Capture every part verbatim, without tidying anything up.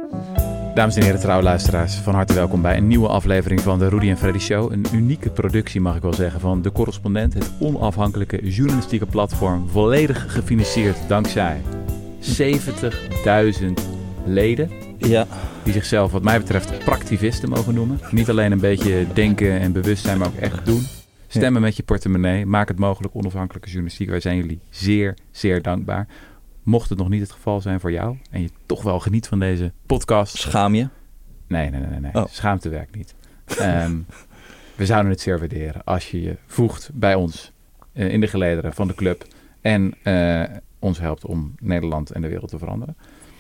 Dames en heren, trouwe luisteraars, van harte welkom bij een nieuwe aflevering van de Rudy en Freddy Show. Een unieke productie, mag ik wel zeggen, van De Correspondent, het onafhankelijke journalistieke platform, volledig gefinancierd dankzij zeventigduizend leden. Ja. Die zichzelf, wat mij betreft, praktivisten mogen noemen. Niet alleen een beetje denken en bewust zijn, maar ook echt doen. Stemmen ja. met je portemonnee, maak het mogelijk, onafhankelijke journalistiek. Wij zijn jullie zeer, zeer dankbaar. Mocht het nog niet het geval zijn voor jou en je toch wel geniet van deze podcast. Schaam je? Nee, nee, nee. nee. Oh. Schaamte werkt niet. Um, we zouden het zeer waarderen als je je voegt bij ons uh, in de gelederen van de club. En uh, ons helpt om Nederland en de wereld te veranderen.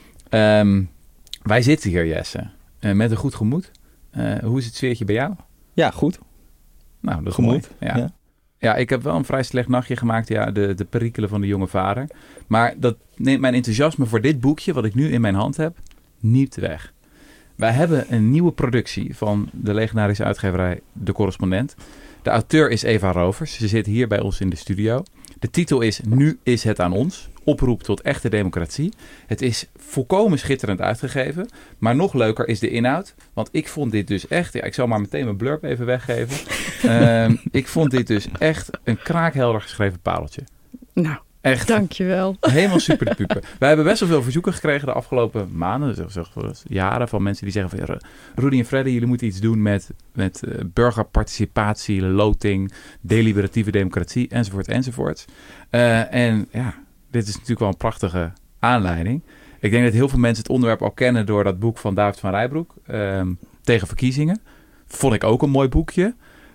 Um, wij zitten hier, Jesse, uh, met een goed gemoed. Uh, hoe is het sfeertje bij jou? Ja, goed. Nou, dat is gemoed. mooi. Ja. Ja. Ja, ik heb wel een vrij slecht nachtje gemaakt. Ja, de, de perikelen van de jonge vader. Maar dat neemt mijn enthousiasme voor dit boekje, wat ik nu in mijn hand heb, niet weg. Wij hebben een nieuwe productie van de legendarische uitgeverij De Correspondent. De auteur is Eva Rovers. Ze zit hier bij ons in de studio. De titel is Nu is het aan ons. Oproep tot echte democratie. Het is volkomen schitterend uitgegeven. Maar nog leuker is de inhoud. Want ik vond dit dus echt... Ja, ik zal maar meteen mijn blurb even weggeven. um, ik vond dit dus echt een kraakhelder geschreven pareltje. Nou, echt. Dankjewel. Helemaal super de puper. Wij hebben best wel veel verzoeken gekregen de afgelopen maanden. Dus zeg, jaren van mensen die zeggen van... Rudy en Freddy, jullie moeten iets doen met, met uh, burgerparticipatie, loting, deliberatieve democratie, enzovoort, enzovoort. Uh, en ja... Dit is natuurlijk wel een prachtige aanleiding. Ik denk dat heel veel mensen het onderwerp al kennen door dat boek van David van Rijbroek. Um, tegen verkiezingen. Vond ik ook een mooi boekje.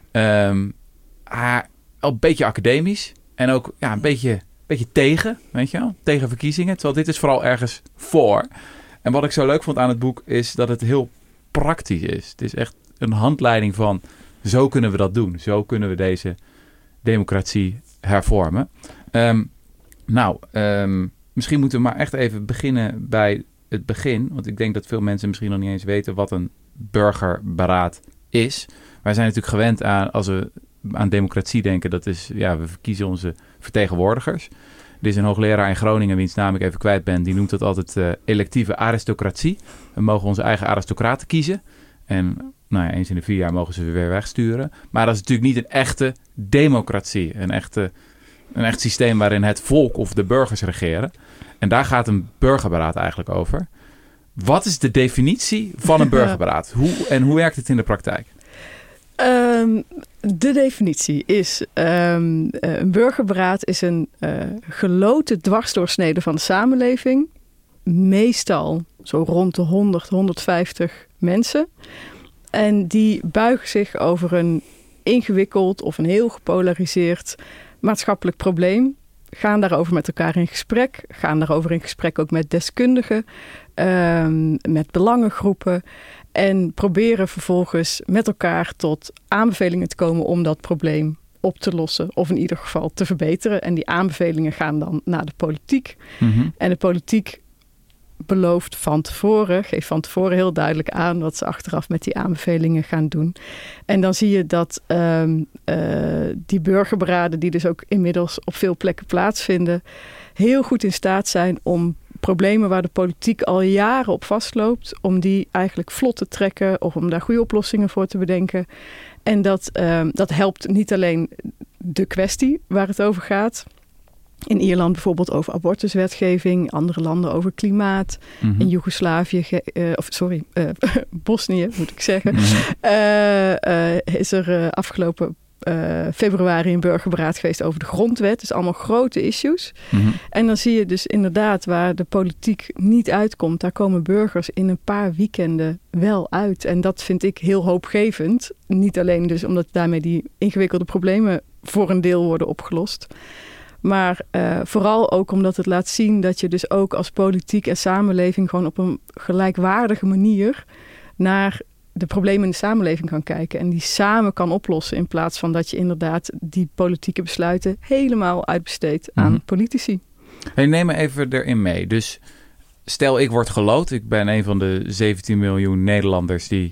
Um, ah, een beetje academisch. En ook ja, een beetje, beetje tegen, weet je wel. Tegen verkiezingen. Terwijl dit is vooral ergens voor. En wat ik zo leuk vond aan het boek is dat het heel praktisch is. Het is echt een handleiding van zo kunnen we dat doen. Zo kunnen we deze democratie hervormen. Um, Nou, um, misschien moeten we maar echt even beginnen bij het begin. Want ik denk dat veel mensen misschien nog niet eens weten wat een burgerberaad is. Wij zijn natuurlijk gewend aan, als we aan democratie denken, dat is, ja, we verkiezen onze vertegenwoordigers. Er is een hoogleraar in Groningen, wiens naam ik even kwijt ben, die noemt dat altijd uh, electieve aristocratie. We mogen onze eigen aristocraten kiezen. En nou ja, eens in de vier jaar mogen ze weer wegsturen. Maar dat is natuurlijk niet een echte democratie, een echte... Een echt systeem waarin het volk of de burgers regeren. En daar gaat een burgerberaad eigenlijk over. Wat is de definitie van een burgerberaad? Hoe, en hoe werkt het in de praktijk? Um, de definitie is... Um, een burgerberaad is een uh, geloten dwarsdoorsnede van de samenleving. Meestal zo rond de honderd, honderdvijftig mensen. En die buigen zich over een ingewikkeld of een heel gepolariseerd maatschappelijk probleem, gaan daarover met elkaar in gesprek, gaan daarover in gesprek ook met deskundigen, um, met belangengroepen en proberen vervolgens met elkaar tot aanbevelingen te komen om dat probleem op te lossen of in ieder geval te verbeteren. En die aanbevelingen gaan dan naar de politiek. Mm-hmm. En de politiek belooft van tevoren, geeft van tevoren heel duidelijk aan wat ze achteraf met die aanbevelingen gaan doen. En dan zie je dat um, uh, die burgerberaden, die dus ook inmiddels op veel plekken plaatsvinden, heel goed in staat zijn om problemen waar de politiek al jaren op vastloopt, om die eigenlijk vlot te trekken of om daar goede oplossingen voor te bedenken. En dat, um, dat helpt niet alleen de kwestie waar het over gaat. In Ierland bijvoorbeeld over abortuswetgeving, andere landen over klimaat. Mm-hmm. In Joegoslavië, uh, of sorry, uh, Bosnië moet ik zeggen, mm-hmm. uh, uh, is er uh, afgelopen uh, februari een burgerberaad geweest over de grondwet. Dus allemaal grote issues. Mm-hmm. En dan zie je dus inderdaad waar de politiek niet uitkomt, daar komen burgers in een paar weekenden wel uit. En dat vind ik heel hoopgevend. Niet alleen dus omdat daarmee die ingewikkelde problemen voor een deel worden opgelost. Maar uh, vooral ook omdat het laat zien dat je dus ook als politiek en samenleving gewoon op een gelijkwaardige manier naar de problemen in de samenleving kan kijken. En die samen kan oplossen in plaats van dat je inderdaad die politieke besluiten helemaal uitbesteedt aan mm-hmm. politici. Hey, neem me even erin mee. Dus stel ik word geloot. Ik ben een van de zeventien miljoen Nederlanders die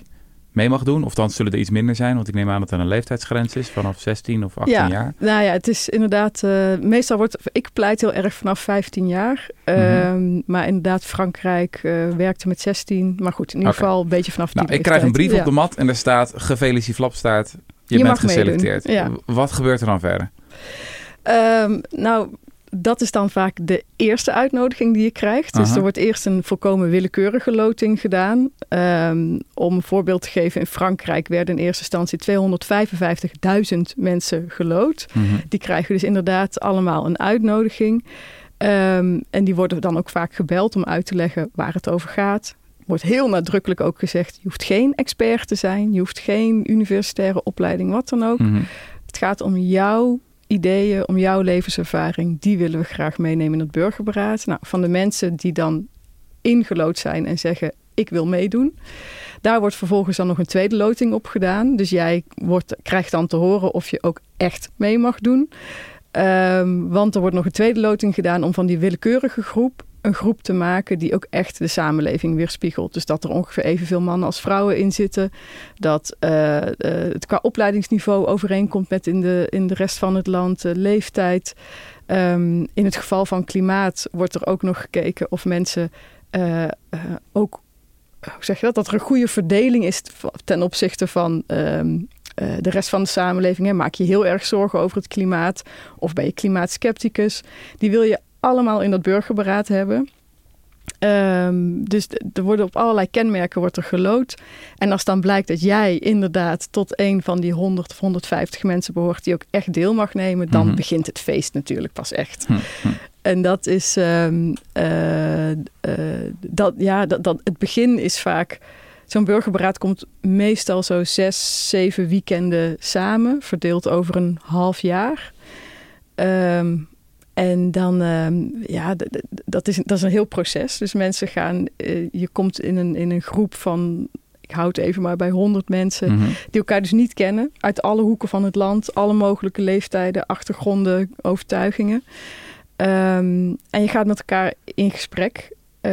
mee mag doen? Of dan zullen er iets minder zijn? Want ik neem aan dat er een leeftijdsgrens is vanaf zestien of achttien ja, jaar. Nou ja, het is inderdaad... Uh, meestal wordt... Ik pleit heel erg vanaf vijftien jaar. Uh, mm-hmm. Maar inderdaad, Frankrijk uh, werkte met zestien. Maar goed, in ieder okay. geval een beetje vanaf die nou, leeftijd. Ik krijg een brief ja. op de mat en er staat... Gefeliciteerd Flapstaart, je, je bent geselecteerd. Ja. Wat gebeurt er dan verder? Um, nou... Dat is dan vaak de eerste uitnodiging die je krijgt. Uh-huh. Dus er wordt eerst een volkomen willekeurige loting gedaan. Um, om een voorbeeld te geven, in Frankrijk werden in eerste instantie tweehonderdvijfenvijftigduizend mensen geloot. Uh-huh. Die krijgen dus inderdaad allemaal een uitnodiging. Um, en die worden dan ook vaak gebeld om uit te leggen waar het over gaat. Er wordt heel nadrukkelijk ook gezegd, je hoeft geen expert te zijn. Je hoeft geen universitaire opleiding, wat dan ook. Uh-huh. Het gaat om jouw ideeën, om jouw levenservaring, die willen we graag meenemen in het burgerberaad. Nou, van de mensen die dan ingelood zijn en zeggen, ik wil meedoen. Daar wordt vervolgens dan nog een tweede loting op gedaan. Dus jij wordt, krijgt dan te horen of je ook echt mee mag doen. Um, want er wordt nog een tweede loting gedaan om van die willekeurige groep een groep te maken die ook echt de samenleving weerspiegelt. Dus dat er ongeveer evenveel mannen als vrouwen in zitten. Dat uh, uh, het qua opleidingsniveau overeenkomt met in de, in de rest van het land, uh, leeftijd. Um, in het geval van klimaat wordt er ook nog gekeken of mensen uh, uh, ook, hoe zeg je dat, dat er een goede verdeling is ten opzichte van um, uh, de rest van de samenleving. Hè. Maak je heel erg zorgen over het klimaat of ben je klimaatskepticus? Die wil je allemaal in dat burgerberaad hebben. Um, dus er worden op allerlei kenmerken wordt er geloot. En als dan blijkt dat jij inderdaad tot een van die honderd of honderdvijftig mensen behoort die ook echt deel mag nemen, dan mm-hmm. begint het feest natuurlijk pas echt. Mm-hmm. En dat is um, uh, uh, dat, ja, dat, dat, het begin is vaak. Zo'n burgerberaad komt meestal zo zes, zeven weekenden samen, verdeeld over een half jaar. Um, En dan, um, ja, d- d- dat, is, dat is een heel proces. Dus mensen gaan, uh, je komt in een, in een groep van, ik hou het even maar bij honderd mensen, mm-hmm. die elkaar dus niet kennen. Uit alle hoeken van het land, alle mogelijke leeftijden, achtergronden, overtuigingen. Um, en je gaat met elkaar in gesprek.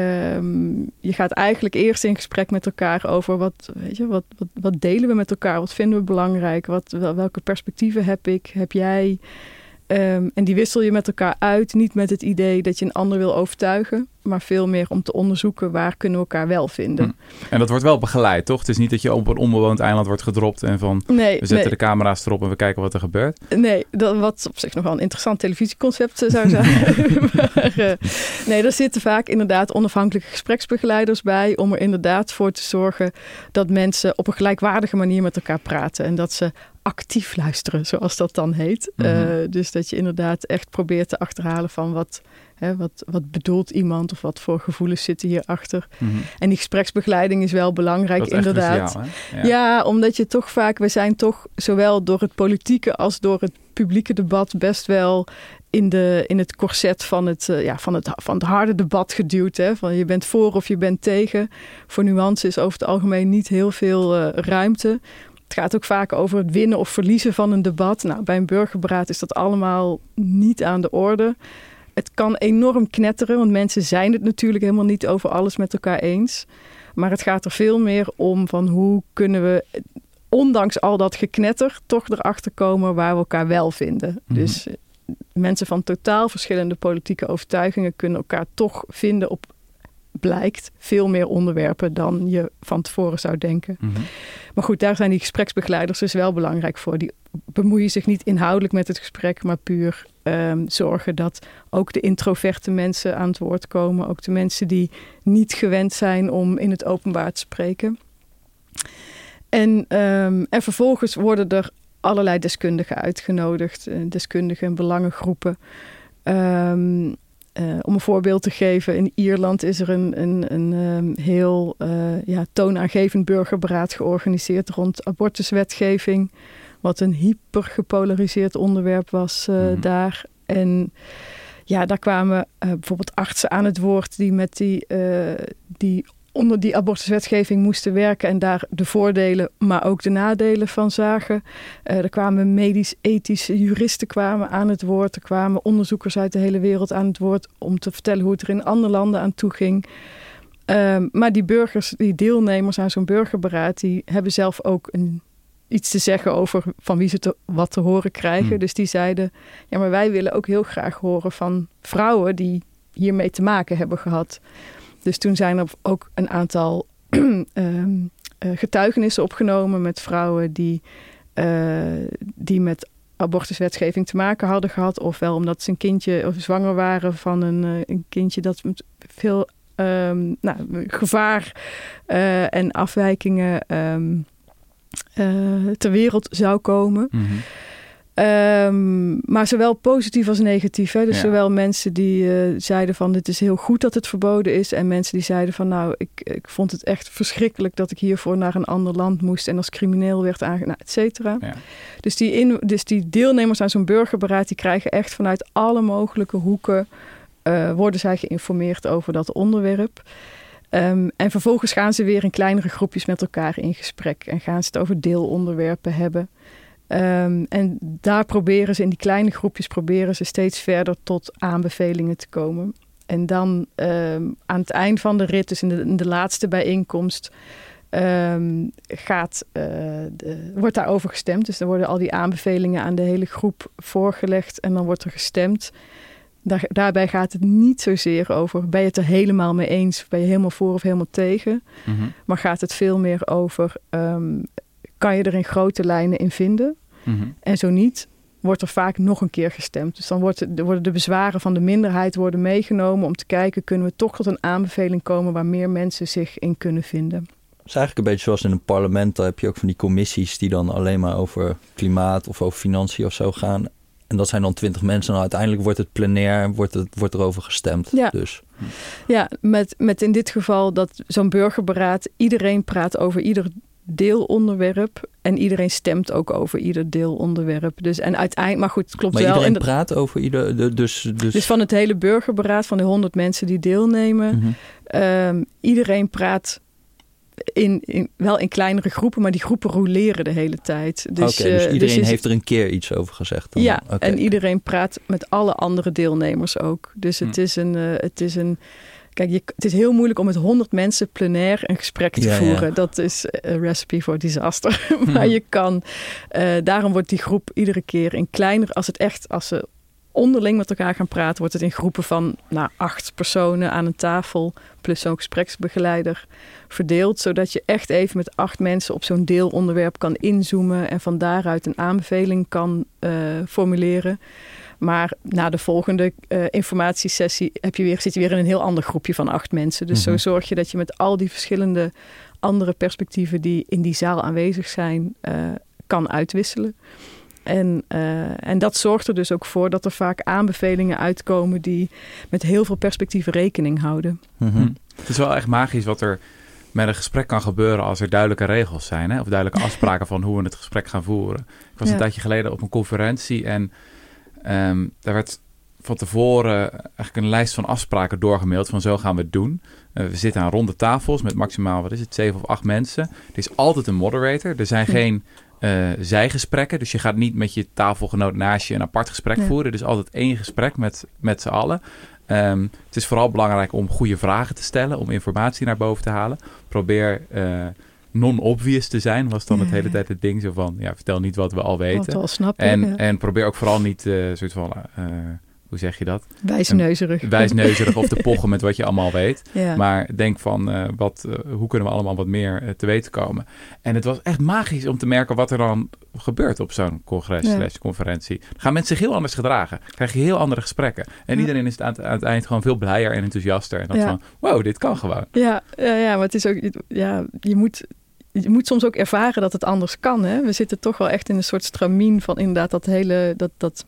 Um, je gaat eigenlijk eerst in gesprek met elkaar over wat, weet je, wat, wat, wat delen we met elkaar? Wat vinden we belangrijk? Wat, welke perspectieven heb ik? Heb jij? Um, en die wissel je met elkaar uit. Niet met het idee dat je een ander wil overtuigen, maar veel meer om te onderzoeken waar kunnen we elkaar wel vinden. Hm. En dat wordt wel begeleid, toch? Het is niet dat je op een onbewoond eiland wordt gedropt en van nee, we zetten nee. de camera's erop en we kijken wat er gebeurt. Nee, dat, wat op zich nog wel een interessant televisieconcept zou zijn. maar, uh, nee, er zitten vaak inderdaad onafhankelijke gespreksbegeleiders bij om er inderdaad voor te zorgen dat mensen op een gelijkwaardige manier met elkaar praten en dat ze actief luisteren, zoals dat dan heet. Mm-hmm. Uh, dus dat je inderdaad echt probeert te achterhalen van wat, hè, wat, wat bedoelt iemand of wat voor gevoelens zitten hierachter. Mm-hmm. En die gespreksbegeleiding is wel belangrijk, dat is inderdaad. Cruciaal, hè? Ja. ja, omdat je toch vaak, we zijn toch zowel door het politieke als door het publieke debat best wel in, de, in het corset van het, uh, ja, van, het, van het harde debat geduwd. Hè? Van je bent voor of je bent tegen. Voor nuance is over het algemeen niet heel veel uh, ruimte. Het gaat ook vaak over het winnen of verliezen van een debat. Nou, bij een burgerberaad is dat allemaal niet aan de orde. Het kan enorm knetteren, want mensen zijn het natuurlijk helemaal niet over alles met elkaar eens. Maar het gaat er veel meer om van hoe kunnen we, ondanks al dat geknetter, toch erachter komen waar we elkaar wel vinden. Mm-hmm. Dus mensen van totaal verschillende politieke overtuigingen kunnen elkaar toch vinden op, blijkt, veel meer onderwerpen dan je van tevoren zou denken. Mm-hmm. Maar goed, daar zijn die gespreksbegeleiders dus wel belangrijk voor. Die bemoeien zich niet inhoudelijk met het gesprek, maar puur um, zorgen dat ook de introverte mensen aan het woord komen. Ook de mensen die niet gewend zijn om in het openbaar te spreken. En, um, en vervolgens worden er allerlei deskundigen uitgenodigd. Uh, deskundigen en belangengroepen. Um, Uh, om een voorbeeld te geven, in Ierland is er een, een, een um, heel uh, ja, toonaangevend burgerberaad georganiseerd rond abortuswetgeving. Wat een hyper gepolariseerd onderwerp was uh, mm. daar. En ja, daar kwamen uh, bijvoorbeeld artsen aan het woord die met die, uh, die onder die abortuswetgeving moesten werken en daar de voordelen, maar ook de nadelen van zagen. Uh, er kwamen medisch-ethische juristen kwamen aan het woord. Er kwamen onderzoekers uit de hele wereld aan het woord om te vertellen hoe het er in andere landen aan toe ging. Um, maar die burgers, die deelnemers aan zo'n burgerberaad, die hebben zelf ook een, iets te zeggen over van wie ze te, wat te horen krijgen. Hmm. Dus die zeiden, ja, maar wij willen ook heel graag horen van vrouwen die hiermee te maken hebben gehad. Dus toen zijn er ook een aantal um, uh, getuigenissen opgenomen met vrouwen die, uh, die met abortuswetgeving te maken hadden gehad. Ofwel omdat ze een kindje of zwanger waren van een, uh, een kindje dat met veel um, nou, gevaar uh, en afwijkingen um, uh, ter wereld zou komen. Mm-hmm. Um, maar zowel positief als negatief. Hè? Dus ja. Zowel mensen die uh, zeiden van dit is heel goed dat het verboden is. En mensen die zeiden van nou, ik, ik vond het echt verschrikkelijk dat ik hiervoor naar een ander land moest en als crimineel werd aange... Nou, et cetera. Ja. Dus, die in, dus die deelnemers aan zo'n burgerberaad, die krijgen echt vanuit alle mogelijke hoeken, uh, worden zij geïnformeerd over dat onderwerp. Um, en vervolgens gaan ze weer in kleinere groepjes met elkaar in gesprek. En gaan ze het over deelonderwerpen hebben. Um, en daar proberen ze, in die kleine groepjes, proberen ze steeds verder tot aanbevelingen te komen. En dan um, aan het eind van de rit, dus in de, in de laatste bijeenkomst, um, gaat, uh, de, wordt daarover gestemd. Dus dan worden al die aanbevelingen aan de hele groep voorgelegd en dan wordt er gestemd. Daar, daarbij gaat het niet zozeer over, ben je het er helemaal mee eens? Ben je helemaal voor of helemaal tegen? Mm-hmm. Maar gaat het veel meer over, um, kan je er in grote lijnen in vinden? Mm-hmm. En zo niet, wordt er vaak nog een keer gestemd. Dus dan wordt, worden de bezwaren van de minderheid worden meegenomen om te kijken, kunnen we toch tot een aanbeveling komen waar meer mensen zich in kunnen vinden. Het is eigenlijk een beetje zoals in een parlement. Daar heb je ook van die commissies die dan alleen maar over klimaat of over financiën of zo gaan. En dat zijn dan twintig mensen. En uiteindelijk wordt het plenair, wordt, het, wordt erover gestemd. Ja, dus. ja met, met in dit geval dat zo'n burgerberaad, iedereen praat over ieder deelonderwerp. En iedereen stemt ook over ieder deelonderwerp. Dus en uiteindelijk, maar goed, het klopt maar wel. Maar iedereen dat, praat over ieder... De, dus, dus... dus van het hele burgerberaad, van de honderd mensen die deelnemen. Mm-hmm. Um, iedereen praat in, in, wel in kleinere groepen, maar die groepen roleren de hele tijd. Dus, Oké, okay, dus iedereen dus je, heeft er een keer iets over gezegd. Dan. Ja, okay. En iedereen praat met alle andere deelnemers ook. Dus het mm. is een... Uh, het is een Kijk, je, het is heel moeilijk om met honderd mensen plenair een gesprek te ja, voeren. Ja. Dat is een recipe voor disaster. maar hmm. je kan... Uh, daarom wordt die groep iedere keer in kleiner... Als het echt, als ze onderling met elkaar gaan praten, wordt het in groepen van nou, acht personen aan een tafel, plus zo'n gespreksbegeleider, verdeeld. Zodat je echt even met acht mensen op zo'n deelonderwerp kan inzoomen en van daaruit een aanbeveling kan uh, formuleren. Maar na de volgende uh, informatiesessie heb je weer, zit je weer in een heel ander groepje van acht mensen. Dus mm-hmm. zo zorg je dat je met al die verschillende andere perspectieven die in die zaal aanwezig zijn, uh, kan uitwisselen. En, uh, en dat zorgt er dus ook voor dat er vaak aanbevelingen uitkomen die met heel veel perspectieven rekening houden. Mm-hmm. Het is wel echt magisch wat er met een gesprek kan gebeuren als er duidelijke regels zijn. Hè? Of duidelijke afspraken van hoe we het gesprek gaan voeren. Ik was ja. een tijdje geleden op een conferentie en Um, daar werd van tevoren eigenlijk een lijst van afspraken doorgemaild van zo gaan we het doen. Uh, we zitten aan ronde tafels met maximaal, wat is het, zeven of acht mensen. Er is altijd een moderator. Er zijn geen uh, zijgesprekken. Dus je gaat niet met je tafelgenoot naast je een apart gesprek ja. voeren. Er is altijd één gesprek met, met z'n allen. Um, het is vooral belangrijk om goede vragen te stellen, om informatie naar boven te halen. Probeer Uh, non-obvious te zijn, was dan ja, het hele tijd het ding zo van, ja, vertel niet wat we al weten. Wat we al snappen, en, ja. en probeer ook vooral niet, uh, soort van, uh, hoe zeg je dat? Wijsneuzerig. Um, wijsneuzerig of te pochen met wat je allemaal weet. Ja. Maar denk van, uh, wat, uh, hoe kunnen we allemaal wat meer uh, te weten komen? En het was echt magisch om te merken wat er dan gebeurt op zo'n congres slash ja. conferentie. Dan gaan mensen zich heel anders gedragen. Dan krijg je heel andere gesprekken. En ja. iedereen is aan het, aan het eind gewoon veel blijer en enthousiaster. En dat ja. van, wow, dit kan gewoon. Ja, ja, ja, maar het is ook, ja, je moet... Je moet soms ook ervaren dat het anders kan. Hè? We zitten toch wel echt in een soort stramien van inderdaad dat hele, dat, dat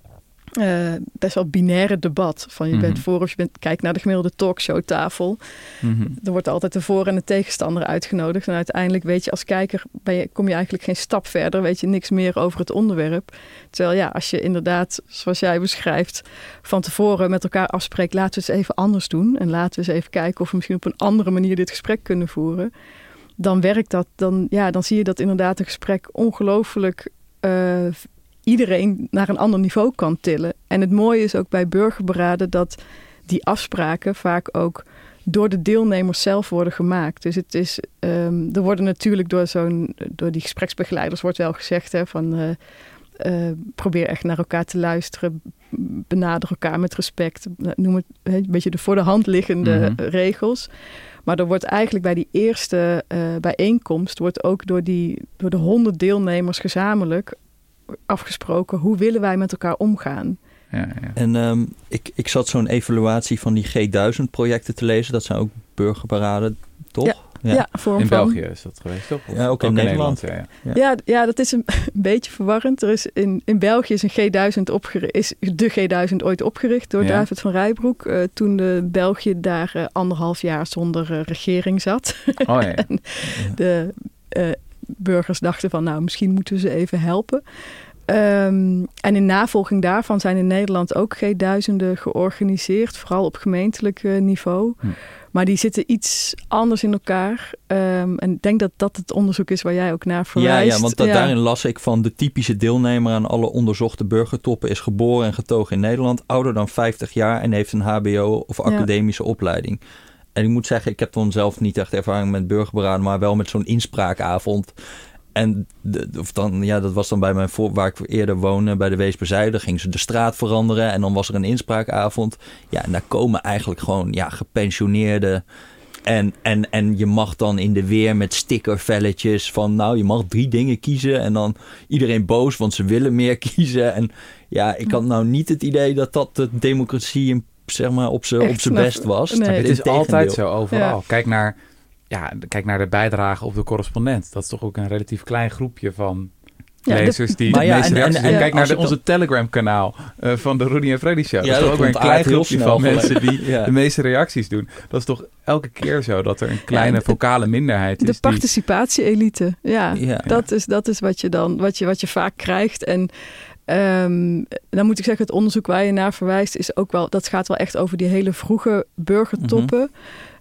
uh, best wel binaire debat. Van je mm-hmm. bent voor of je bent, kijk naar de gemiddelde talkshowtafel. Mm-hmm. Er wordt altijd de voor- en de tegenstander uitgenodigd. En uiteindelijk weet je als kijker, ben je, kom je eigenlijk geen stap verder. Weet je niks meer over het onderwerp. Terwijl ja, als je inderdaad, zoals jij beschrijft, van tevoren met elkaar afspreekt, laten we het eens even anders doen. En laten we eens even kijken of we misschien op een andere manier dit gesprek kunnen voeren. Dan werkt dat, dan, ja, dan zie je dat inderdaad een gesprek ongelooflijk uh, iedereen naar een ander niveau kan tillen. En het mooie is ook bij burgerberaden dat die afspraken vaak ook door de deelnemers zelf worden gemaakt. Dus het is, um, er worden natuurlijk door zo'n, door die gespreksbegeleiders wordt wel gezegd hè, van uh, uh, probeer echt naar elkaar te luisteren, benader elkaar met respect, noem het een beetje de voor de hand liggende mm-hmm. regels. Maar er wordt eigenlijk bij die eerste uh, bijeenkomst wordt ook door die door de honderd deelnemers gezamenlijk afgesproken hoe willen wij met elkaar omgaan. Ja, ja. En um, ik, ik zat zo'n evaluatie van die G duizend projecten te lezen. Dat zijn ook burgerparaden, toch? Ja, ja. ja vorm in van... België is dat geweest, toch? Ja, ook in, ook in Nederland. Nederland ja, ja. Ja, ja, dat is een, een beetje verwarrend. Er is in, in België is, een G duizend opgericht, is de G duizend ooit opgericht door ja. David van Rijbroek. Uh, toen de België daar uh, anderhalf jaar zonder uh, regering zat. Oh, ja. en de uh, burgers dachten van, nou, misschien moeten we ze even helpen. Um, en in navolging daarvan zijn in Nederland ook G duizenden georganiseerd, vooral op gemeentelijk uh, niveau. Hm. Maar die zitten iets anders in elkaar. Um, en ik denk dat dat het onderzoek is waar jij ook naar verwijst. Ja, ja want da- ja. daarin las ik van de typische deelnemer aan alle onderzochte burgertoppen is geboren en getogen in Nederland, ouder dan vijftig jaar en heeft een H B O of academische ja. opleiding. En ik moet zeggen, ik heb dan zelf niet echt ervaring met burgerberaden, maar wel met zo'n inspraakavond. En de, of dan, ja, dat was dan bij mijn voor, waar ik eerder woonde, bij de Weesperzijde. Dan gingen ze de straat veranderen en dan was er een inspraakavond. Ja, en daar komen eigenlijk gewoon ja, gepensioneerden. En, en, en je mag dan in de weer met stickervelletjes van, nou, je mag drie dingen kiezen. En dan iedereen boos, want ze willen meer kiezen. En ja, ik had nou niet het idee dat dat de democratie in, zeg maar, op zijn op zijn best was. Nee. Het is altijd zo overal. Ja. Kijk naar... Ja, kijk naar de bijdrage op de correspondent. Dat is toch ook een relatief klein groepje van ja, lezers de, die de ja, meeste en, reacties... En, en, en kijk naar de, onze dan... Telegram-kanaal uh, van de Rudy en Freddy Show. Ja, dat is toch ook weer een klein groepje van mensen die ja. de meeste reacties doen. Dat is toch elke keer zo dat er een kleine ja, vocale minderheid is. De participatie-elite, ja. ja. Dat, is, dat is wat je dan wat je, wat je vaak krijgt. En um, dan moet ik zeggen, het onderzoek waar je naar verwijst is ook wel... Dat gaat wel echt over die hele vroege burgertoppen... Mm-hmm.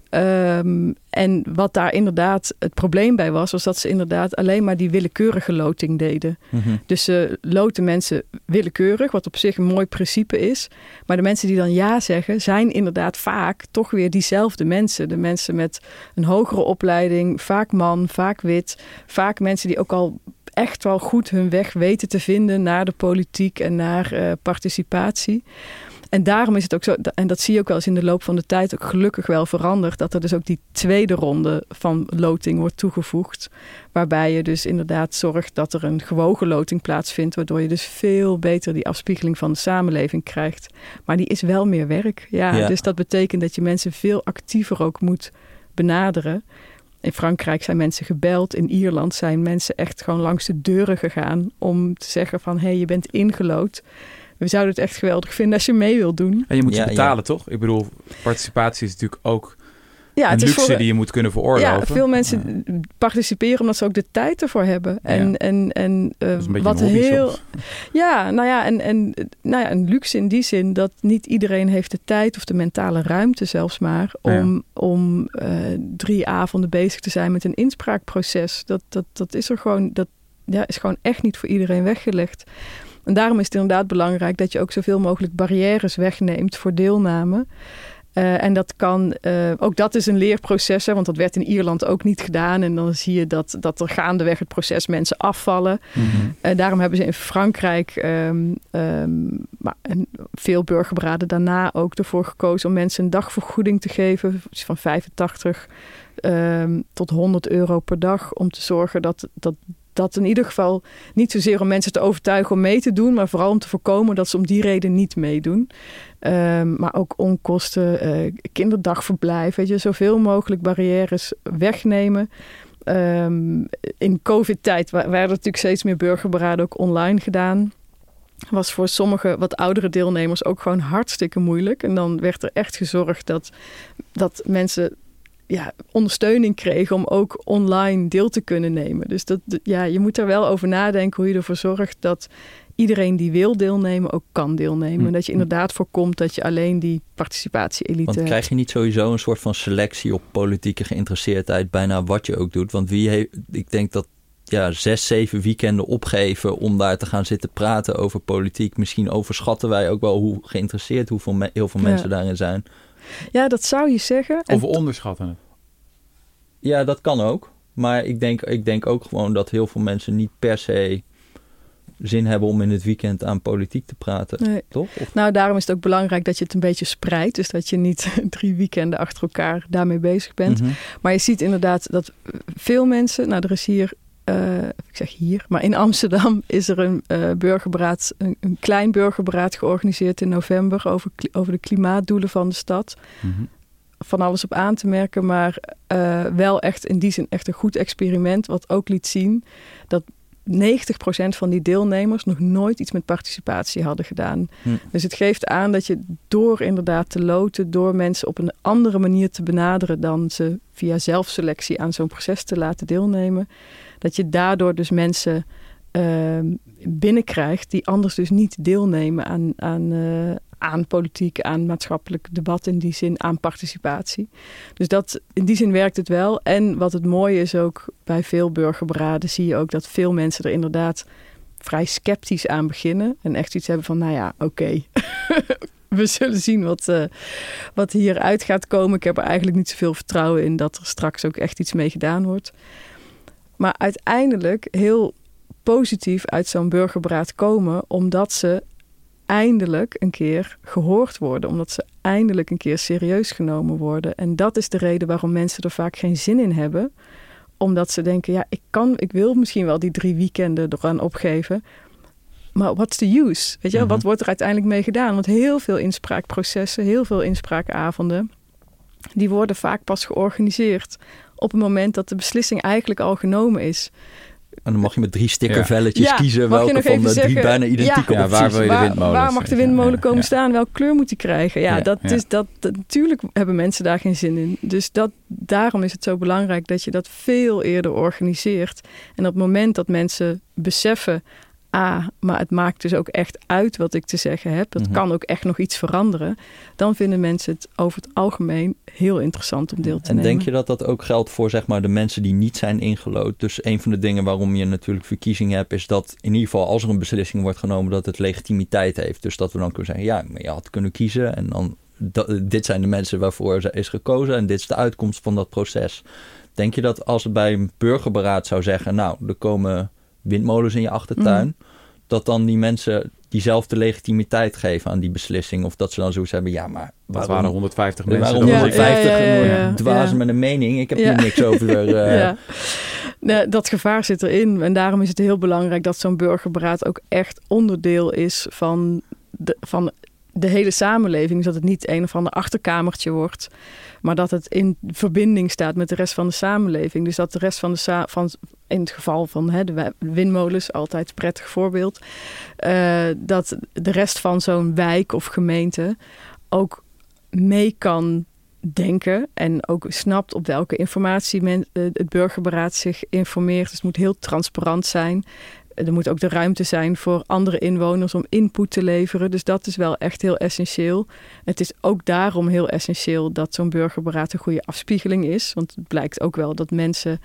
Um, en wat daar inderdaad het probleem bij was... was dat ze inderdaad alleen maar die willekeurige loting deden. Mm-hmm. Dus ze uh, loten mensen willekeurig, wat op zich een mooi principe is. Maar de mensen die dan ja zeggen... zijn inderdaad vaak toch weer diezelfde mensen. De mensen met een hogere opleiding, vaak man, vaak wit. Vaak mensen die ook al echt wel goed hun weg weten te vinden... naar de politiek en naar uh, participatie... En daarom is het ook zo, en dat zie je ook wel eens in de loop van de tijd ook gelukkig wel veranderd, dat er dus ook die tweede ronde van loting wordt toegevoegd. Waarbij je dus inderdaad zorgt dat er een gewogen loting plaatsvindt, waardoor je dus veel beter die afspiegeling van de samenleving krijgt. Maar die is wel meer werk. Ja, ja. Dus dat betekent dat je mensen veel actiever ook moet benaderen. In Frankrijk zijn mensen gebeld. In Ierland zijn mensen echt gewoon langs de deuren gegaan om te zeggen van, hé, hey, je bent ingelood. We zouden het echt geweldig vinden als je mee wilt doen. En je moet ja, ze betalen, ja. toch? Ik bedoel, participatie is natuurlijk ook ja, een luxe voor, die je moet kunnen veroorloven. Ja, veel mensen ja. participeren omdat ze ook de tijd ervoor hebben. En, ja. en, en uh, dat is een beetje wat een hobby heel. Soms. Ja, nou ja, en, en nou ja, een luxe in die zin dat niet iedereen heeft de tijd of de mentale ruimte zelfs maar om, ja. om uh, drie avonden bezig te zijn met een inspraakproces. Dat, dat, dat is er gewoon, dat ja, is gewoon echt niet voor iedereen weggelegd. En daarom is het inderdaad belangrijk dat je ook zoveel mogelijk barrières wegneemt voor deelname. Uh, en dat kan, uh, ook dat is een leerproces, hè, want dat werd in Ierland ook niet gedaan. En dan zie je dat, dat er gaandeweg het proces mensen afvallen. Mm-hmm. Uh, daarom hebben ze in Frankrijk um, um, maar, en veel burgerberaden daarna ook ervoor gekozen om mensen een dagvergoeding te geven van vijfentachtig um, tot honderd euro per dag. Om te zorgen dat dat Dat in ieder geval niet zozeer om mensen te overtuigen om mee te doen, maar vooral om te voorkomen dat ze om die reden niet meedoen. Um, maar ook onkosten, uh, kinderdagverblijf, weet je, zoveel mogelijk barrières wegnemen. Um, in COVID-tijd werden natuurlijk steeds meer burgerberaden ook online gedaan. Was voor sommige wat oudere deelnemers ook gewoon hartstikke moeilijk. En dan werd er echt gezorgd dat, dat mensen ja, ondersteuning kregen om ook online deel te kunnen nemen. Dus dat, ja, je moet er wel over nadenken hoe je ervoor zorgt dat iedereen die wil deelnemen ook kan deelnemen. En dat je inderdaad voorkomt dat je alleen die participatie-elite Want krijg je niet sowieso een soort van selectie op politieke geïnteresseerdheid bijna wat je ook doet? Want wie heeft, ik denk dat ja, zes, zeven weekenden opgeven om daar te gaan zitten praten over politiek. Misschien overschatten wij ook wel hoe geïnteresseerd hoeveel me, heel veel mensen ja. daarin zijn. Ja, dat zou je zeggen. Of we onderschatten het. Ja, dat kan ook. Maar ik denk, ik denk ook gewoon dat heel veel mensen niet per se zin hebben om in het weekend aan politiek te praten. Nee. Toch? Of... Nou, daarom is het ook belangrijk dat je het een beetje spreidt. Dus dat je niet drie weekenden achter elkaar daarmee bezig bent. Mm-hmm. Maar je ziet inderdaad dat veel mensen... Nou, er is hier... Uh, ik zeg hier, maar in Amsterdam is er een uh, burgerberaad, een, een klein burgerberaad georganiseerd in november over, over de klimaatdoelen van de stad. Mm-hmm. Van alles op aan te merken, maar uh, wel echt in die zin echt een goed experiment, wat ook liet zien dat negentig procent van die deelnemers nog nooit iets met participatie hadden gedaan. Hm. Dus het geeft aan dat je door inderdaad te loten, door mensen op een andere manier te benaderen dan ze via zelfselectie aan zo'n proces te laten deelnemen, dat je daardoor dus mensen uh, binnenkrijgt die anders dus niet deelnemen aan, aan, uh, aan politiek, aan maatschappelijk debat in die zin, aan participatie. Dus dat, in die zin werkt het wel. En wat het mooie is ook, bij veel burgerberaden zie je ook dat veel mensen er inderdaad vrij sceptisch aan beginnen. En echt iets hebben van, nou ja, oké. Okay. We zullen zien wat, uh, wat hieruit gaat komen. Ik heb er eigenlijk niet zoveel vertrouwen in dat er straks ook echt iets mee gedaan wordt. Maar uiteindelijk heel positief uit zo'n burgerberaad komen, omdat ze eindelijk een keer gehoord worden. Omdat ze eindelijk een keer serieus genomen worden. En dat is de reden waarom mensen er vaak geen zin in hebben. Omdat ze denken, ja, ik kan, ik wil misschien wel die drie weekenden eraan opgeven. Maar what's the use? Weet je, mm-hmm. Wat wordt er uiteindelijk mee gedaan? Want heel veel inspraakprocessen, heel veel inspraakavonden, die worden vaak pas georganiseerd op het moment dat de beslissing eigenlijk al genomen is. En dan mag je met drie stickervelletjes ja. kiezen ja, welke van de zeggen, drie bijna identieke ja, opties. Ja, waar wil je de windmolen? Waar, waar mag de windmolen ja, komen ja. staan? Welke kleur moet die krijgen? Ja, ja dat ja. is dat, dat. Natuurlijk hebben mensen daar geen zin in. Dus dat, daarom is het zo belangrijk dat je dat veel eerder organiseert. En op het moment dat mensen beseffen, ah, maar het maakt dus ook echt uit wat ik te zeggen heb. Dat mm-hmm. kan ook echt nog iets veranderen. Dan vinden mensen het over het algemeen heel interessant om deel te en nemen. En denk je dat dat ook geldt voor zeg maar de mensen die niet zijn ingelood? Dus een van de dingen waarom je natuurlijk verkiezingen hebt, is dat in ieder geval als er een beslissing wordt genomen, dat het legitimiteit heeft. Dus dat we dan kunnen zeggen, ja, maar je had kunnen kiezen en dan dat, dit zijn de mensen waarvoor ze is gekozen en dit is de uitkomst van dat proces. Denk je dat als het bij een burgerberaad zou zeggen, nou, er komen windmolens in je achtertuin, mm. dat dan die mensen diezelfde legitimiteit geven aan die beslissing? Of dat ze dan zoiets hebben, ja, maar... Dat waren honderdvijftig mensen. Waarom honderdvijftig ja, ja, ja, ja, dwazen ja. met een mening? Ik heb hier ja. niks over... Uh... Ja. Nee, dat gevaar zit erin. En daarom is het heel belangrijk dat zo'n burgerberaad ook echt onderdeel is van de, van de hele samenleving. Dus dat het niet een of ander achterkamertje wordt, maar dat het in verbinding staat met de rest van de samenleving. Dus dat de rest van de sa- van in het geval van hè, de windmolens, altijd een prettig voorbeeld, uh, dat de rest van zo'n wijk of gemeente ook mee kan denken en ook snapt op welke informatie men, uh, het burgerberaad zich informeert. Dus het moet heel transparant zijn. Er moet ook de ruimte zijn voor andere inwoners om input te leveren. Dus dat is wel echt heel essentieel. Het is ook daarom heel essentieel dat zo'n burgerberaad een goede afspiegeling is. Want het blijkt ook wel dat mensen,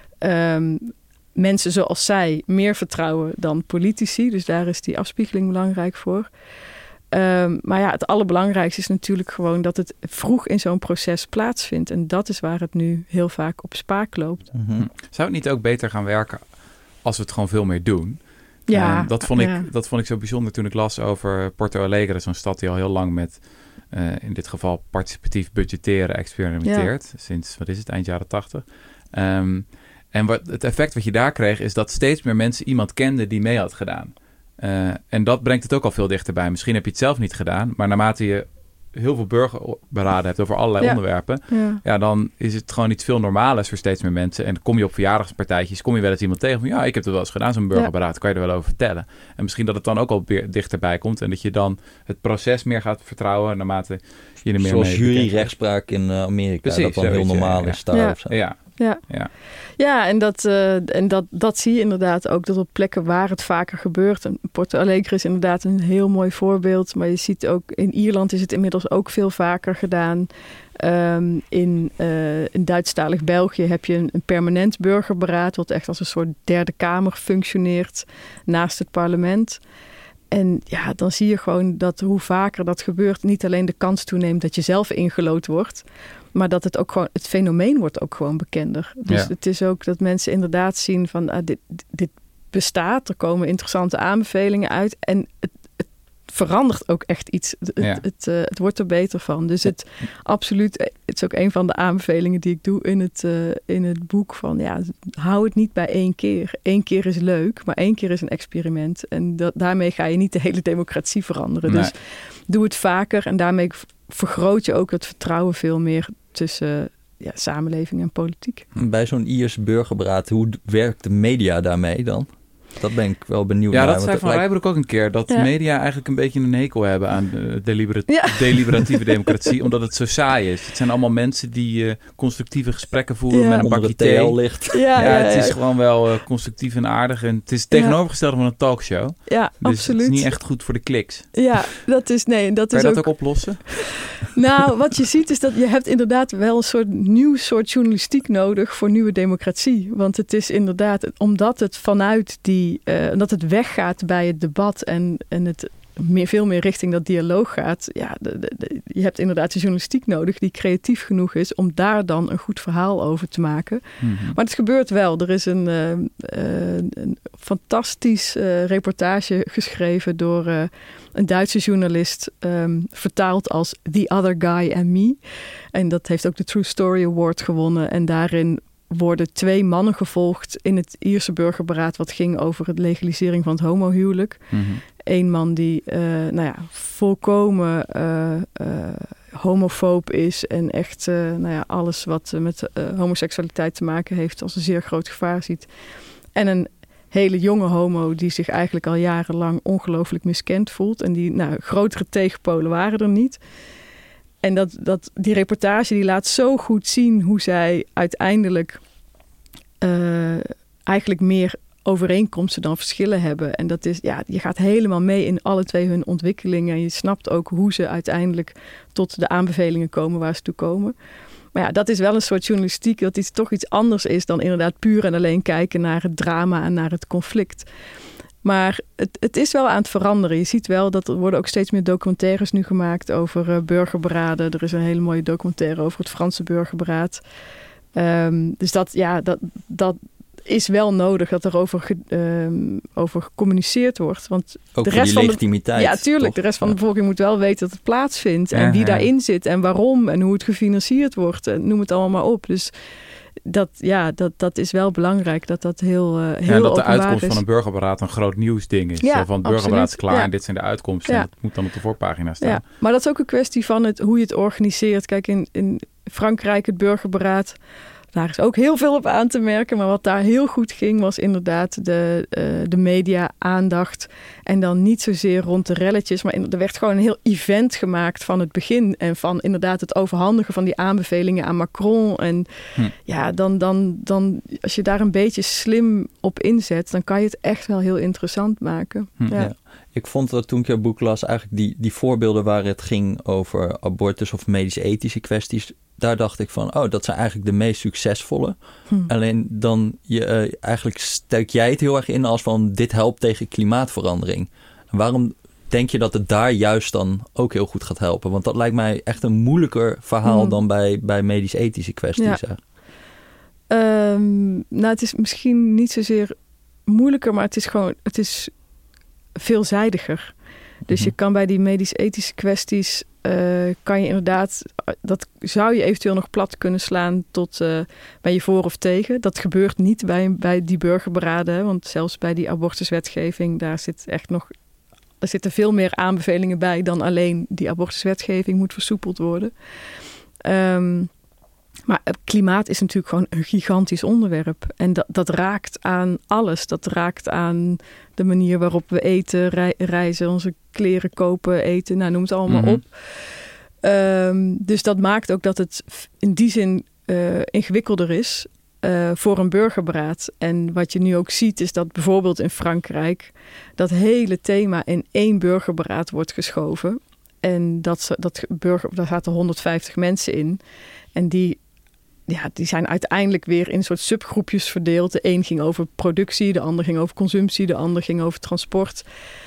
um, mensen zoals zij meer vertrouwen dan politici. Dus daar is die afspiegeling belangrijk voor. Um, maar ja, het allerbelangrijkste is natuurlijk gewoon dat het vroeg in zo'n proces plaatsvindt. En dat is waar het nu heel vaak op spaak loopt. Mm-hmm. Zou het niet ook beter gaan werken als we het gewoon veel meer doen? Ja, um, dat, vond ik, ja. dat vond ik zo bijzonder toen ik las over Porto Alegre. Zo'n stad die al heel lang met, uh, in dit geval, participatief budgetteren experimenteert. Ja. Sinds, wat is het, eind jaren tachtig. Um, en wat, het effect wat je daar kreeg is dat steeds meer mensen iemand kenden die mee had gedaan. Uh, en dat brengt het ook al veel dichterbij. Misschien heb je het zelf niet gedaan, maar naarmate je heel veel burgerberaden hebt over allerlei ja. onderwerpen, ja. ja, dan is het gewoon iets veel normaalers voor steeds meer mensen. En kom je op verjaardagspartijtjes, kom je wel eens iemand tegen van, ja, ik heb het wel eens gedaan, zo'n burgerberaad, ja. kan je er wel over vertellen. En misschien dat het dan ook al weer dichterbij komt en dat je dan het proces meer gaat vertrouwen naarmate je er meer Zoals mee juryrechtspraak in Amerika, Precies, dat dan heel normaal ja. is daar ja. of zo. Ja. Ja, ja. ja en, dat, uh, en dat, dat zie je inderdaad ook, dat op plekken waar het vaker gebeurt. En Porto Alegre is inderdaad een heel mooi voorbeeld. Maar je ziet ook, in Ierland is het inmiddels ook veel vaker gedaan. Um, in, uh, in Duitsstalig België heb je een, een permanent burgerberaad, wat echt als een soort derde kamer functioneert naast het parlement. En ja, dan zie je gewoon dat hoe vaker dat gebeurt, niet alleen de kans toeneemt dat je zelf ingelood wordt, maar dat het ook gewoon, het fenomeen wordt ook gewoon bekender. Dus ja. Het is ook dat mensen inderdaad zien van ah, dit, dit bestaat, er komen interessante aanbevelingen uit en het, het verandert ook echt iets. Het, ja. het, het, uh, het wordt er beter van. Dus het absoluut, het is ook een van de aanbevelingen die ik doe in het, uh, in het boek van ja, hou het niet bij één keer. Eén keer is leuk, maar één keer is een experiment. En dat, daarmee ga je niet de hele democratie veranderen. Nee. Dus doe het vaker en daarmee vergroot je ook het vertrouwen veel meer tussen ja, samenleving en politiek. Bij zo'n Ierse burgerberaad, hoe werkt de media daarmee dan? Dat ben ik wel benieuwd ja, naar. Ja, dat zei Van lijkt... Rijbroek ook een keer. Dat ja. media eigenlijk een beetje een hekel hebben aan de delibera- ja. deliberatieve democratie. Omdat het zo saai is. Het zijn allemaal mensen die uh, constructieve gesprekken voeren ja. met een bakje thee. Ligt. Ja, ja, ja, het is ja. gewoon wel uh, constructief en aardig. En het is het tegenovergestelde ja. van een talkshow. Ja, dus absoluut. Het is niet echt goed voor de kliks. Ja, dat is... Nee, dat kan is je dat ook... ook oplossen? Nou, wat je ziet is dat je hebt inderdaad wel een soort nieuw soort journalistiek nodig voor nieuwe democratie. Want het is inderdaad, omdat het vanuit die... Uh, omdat het weggaat bij het debat en, en het meer, veel meer richting dat dialoog gaat. Ja, de, de, de, je hebt inderdaad de journalistiek nodig die creatief genoeg is om daar dan een goed verhaal over te maken. Mm-hmm. Maar het gebeurt wel. Er is een, uh, uh, een fantastisch uh, reportage geschreven door uh, een Duitse journalist, um, vertaald als The Other Guy and Me. En dat heeft ook de True Story Award gewonnen. En daarin worden twee mannen gevolgd in het Ierse burgerberaad wat ging over het legalisering van het homohuwelijk. Mm-hmm. Eén man die uh, nou ja, volkomen uh, uh, homofoob is en echt uh, nou ja, alles wat uh, met uh, homoseksualiteit te maken heeft als een zeer groot gevaar ziet. En een hele jonge homo die zich eigenlijk al jarenlang ongelooflijk miskend voelt. En die, nou, grotere tegenpolen waren er niet. En dat, dat, die reportage die laat zo goed zien hoe zij uiteindelijk uh, eigenlijk meer overeenkomsten dan verschillen hebben. En dat is, ja, je gaat helemaal mee in alle twee hun ontwikkelingen. En je snapt ook hoe ze uiteindelijk tot de aanbevelingen komen waar ze toe komen. Maar ja, dat is wel een soort journalistiek dat iets, toch iets anders is dan inderdaad puur en alleen kijken naar het drama en naar het conflict. Maar het, het is wel aan het veranderen. Je ziet wel dat er worden ook steeds meer documentaires nu gemaakt over uh, burgerberaden. Er is een hele mooie documentaire over het Franse burgerberaad. Um, dus dat, ja, dat, dat is wel nodig dat er over, ge, um, over gecommuniceerd wordt. Want ook de rest voor die van de, legitimiteit. Ja, tuurlijk. Toch? De rest van ja. de bevolking moet wel weten dat het plaatsvindt. En ja, wie ja. daarin zit en waarom en hoe het gefinancierd wordt. En noem het allemaal maar op. Dus dat, ja, dat, dat is wel belangrijk dat dat heel, uh, heel ja, dat de uitkomst is. van een burgerberaad een groot nieuwsding is. Ja, Zo van het burgerberaad is klaar ja. en dit zijn de uitkomsten. Ja. En dat moet dan op de voorpagina staan. Ja, maar dat is ook een kwestie van het, hoe je het organiseert. Kijk, in, in Frankrijk het burgerberaad, daar is ook heel veel op aan te merken. Maar wat daar heel goed ging, was inderdaad de, uh, de media-aandacht. En dan niet zozeer rond de relletjes. Maar in, er werd gewoon een heel event gemaakt van het begin. En van inderdaad het overhandigen van die aanbevelingen aan Macron. En hm. ja, dan, dan, dan, als je daar een beetje slim op inzet, dan kan je het echt wel heel interessant maken. Hm. Ja. Ja. Ik vond dat toen ik jouw boek las, eigenlijk die, die voorbeelden waar het ging over abortus of medisch-ethische kwesties, daar dacht ik van, oh, dat zijn eigenlijk de meest succesvolle. Hm. Alleen dan, je, uh, eigenlijk steek jij het heel erg in als van, dit helpt tegen klimaatverandering. En waarom denk je dat het daar juist dan ook heel goed gaat helpen? Want dat lijkt mij echt een moeilijker verhaal hm. dan bij, bij medisch-ethische kwesties. Ja. Um, nou, het is misschien niet zozeer moeilijker, maar het is gewoon, het is veelzijdiger. Dus mm-hmm. je kan bij die medisch-ethische kwesties, uh, kan je inderdaad, dat zou je eventueel nog plat kunnen slaan tot uh, ben je voor of tegen. Dat gebeurt niet bij, bij die burgerberaden, want zelfs bij die abortuswetgeving, daar zit echt nog, er zitten veel meer aanbevelingen bij dan alleen die abortuswetgeving moet versoepeld worden. Um, Maar klimaat is natuurlijk gewoon een gigantisch onderwerp. En dat, dat raakt aan alles. Dat raakt aan de manier waarop we eten, rei, reizen, onze kleren kopen, eten. Nou, noem het allemaal mm-hmm. op. Um, dus dat maakt ook dat het in die zin uh, ingewikkelder is uh, voor een burgerberaad. En wat je nu ook ziet is dat bijvoorbeeld in Frankrijk dat hele thema in één burgerberaad wordt geschoven. En dat, dat burger, daar zaten honderdvijftig mensen in. En die Ja, die zijn uiteindelijk weer in een soort subgroepjes verdeeld. De een ging over productie, de ander ging over consumptie, de ander ging over transport.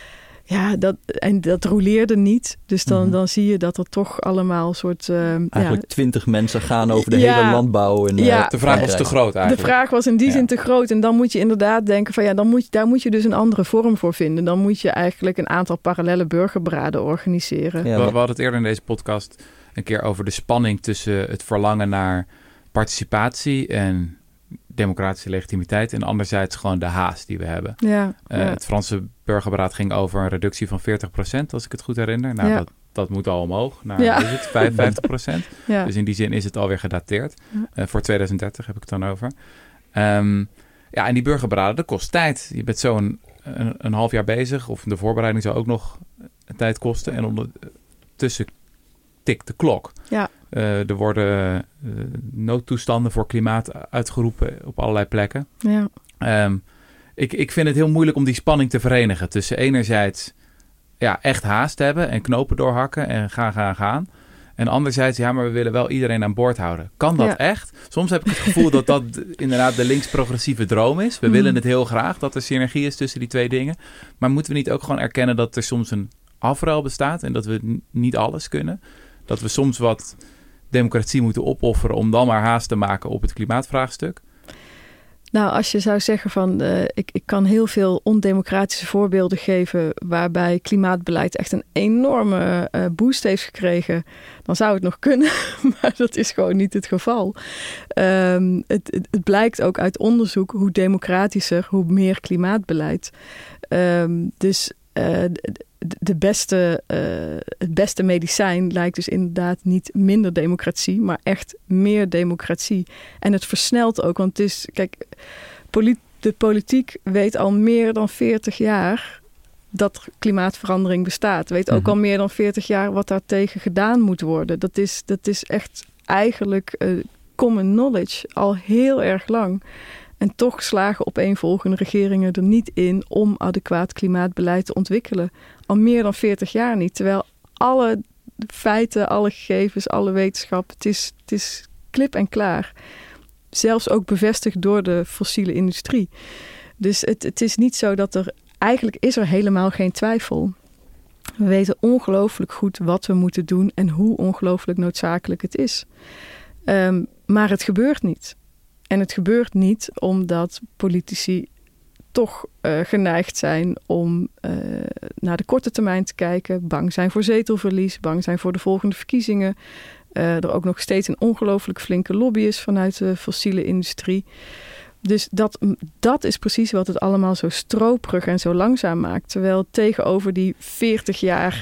Ja, dat, en dat roleerde niet. Dus dan, Mm-hmm. dan zie je dat er toch allemaal soort... Uh, eigenlijk ja, twintig mensen gaan over de ja, hele landbouw. In, ja, uh, de vraag was te groot eigenlijk. De vraag was in die ja. zin te groot. En dan moet je inderdaad denken van ja, dan moet je, daar moet je dus een andere vorm voor vinden. Dan moet je eigenlijk een aantal parallele burgerberaden organiseren. Ja, we, we hadden het eerder in deze podcast een keer over de spanning tussen het verlangen naar participatie en democratische legitimiteit en anderzijds gewoon de haast die we hebben. Ja, uh, ja. Het Franse burgerberaad ging over een reductie van veertig procent, als ik het goed herinner. Nou, ja. dat, dat moet al omhoog naar Ja. is het, vijfenvijftig procent. Ja. Dus in die zin is het alweer gedateerd. Ja. Uh, voor tweeduizend dertig heb ik het dan over. Um, ja, en die burgerberaden, dat kost tijd. Je bent zo'n een, een half jaar bezig, of de voorbereiding zou ook nog tijd kosten. En ondertussen tikt de klok. Ja. Uh, er worden uh, noodtoestanden voor klimaat uitgeroepen op allerlei plekken. Ja. Um, ik, ik vind het heel moeilijk om die spanning te verenigen tussen enerzijds ja, echt haast hebben en knopen doorhakken en gaan, gaan, gaan. En anderzijds, ja, maar we willen wel iedereen aan boord houden. Kan dat ja. echt? Soms heb ik het gevoel dat dat inderdaad de links-progressieve droom is. We mm. willen het heel graag, dat er synergie is tussen die twee dingen. Maar moeten we niet ook gewoon erkennen dat er soms een afruil bestaat en dat we n- niet alles kunnen? Dat we soms wat democratie moeten opofferen om dan maar haast te maken op het klimaatvraagstuk? Nou, als je zou zeggen van uh, ik, ik kan heel veel ondemocratische voorbeelden geven waarbij klimaatbeleid echt een enorme uh, boost heeft gekregen, dan zou het nog kunnen, maar dat is gewoon niet het geval. Um, het, het, het blijkt ook uit onderzoek hoe democratischer, hoe meer klimaatbeleid. Um, dus uh, de beste, uh, het beste medicijn lijkt dus inderdaad niet minder democratie, maar echt meer democratie. En het versnelt ook, want het is, kijk, polit- de politiek weet al meer dan veertig jaar dat klimaatverandering bestaat. Weet ook mm-hmm. al meer dan veertig jaar wat daartegen gedaan moet worden. Dat is, dat is echt eigenlijk uh, common knowledge al heel erg lang. En toch slagen opeenvolgende regeringen er niet in om adequaat klimaatbeleid te ontwikkelen. Al meer dan veertig jaar niet. Terwijl alle feiten, alle gegevens, alle wetenschap, het is, het is klip en klaar. Zelfs ook bevestigd door de fossiele industrie. Dus het, het is niet zo dat er... Eigenlijk is er helemaal geen twijfel. We weten ongelooflijk goed wat we moeten doen en hoe ongelooflijk noodzakelijk het is. Um, maar het gebeurt niet. En het gebeurt niet omdat politici toch uh, geneigd zijn om uh, naar de korte termijn te kijken. Bang zijn voor zetelverlies, bang zijn voor de volgende verkiezingen. Uh, er ook nog steeds een ongelooflijk flinke lobby is vanuit de fossiele industrie. Dus dat, dat is precies wat het allemaal zo stroperig en zo langzaam maakt. Terwijl tegenover die veertig jaar...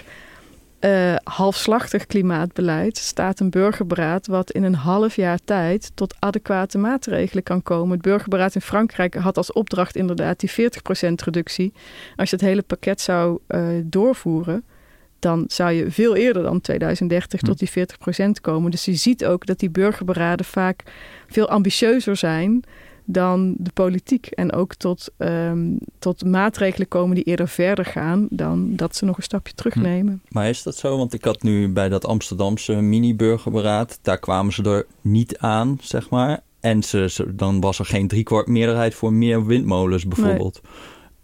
Uh, halfslachtig klimaatbeleid staat een burgerberaad wat in een half jaar tijd tot adequate maatregelen kan komen. Het burgerberaad in Frankrijk had als opdracht inderdaad die veertig procent reductie. Als je het hele pakket zou uh, doorvoeren, dan zou je veel eerder dan tweeduizend dertig hm. tot die veertig procent komen. Dus je ziet ook dat die burgerberaden vaak veel ambitieuzer zijn dan de politiek. En ook tot, um, tot maatregelen komen die eerder verder gaan dan dat ze nog een stapje terugnemen. Maar is dat zo? Want ik had nu bij dat Amsterdamse mini-burgerberaad, daar kwamen ze er niet aan, zeg maar. En ze, ze, dan was er geen driekwart meerderheid voor meer windmolens bijvoorbeeld. Nee.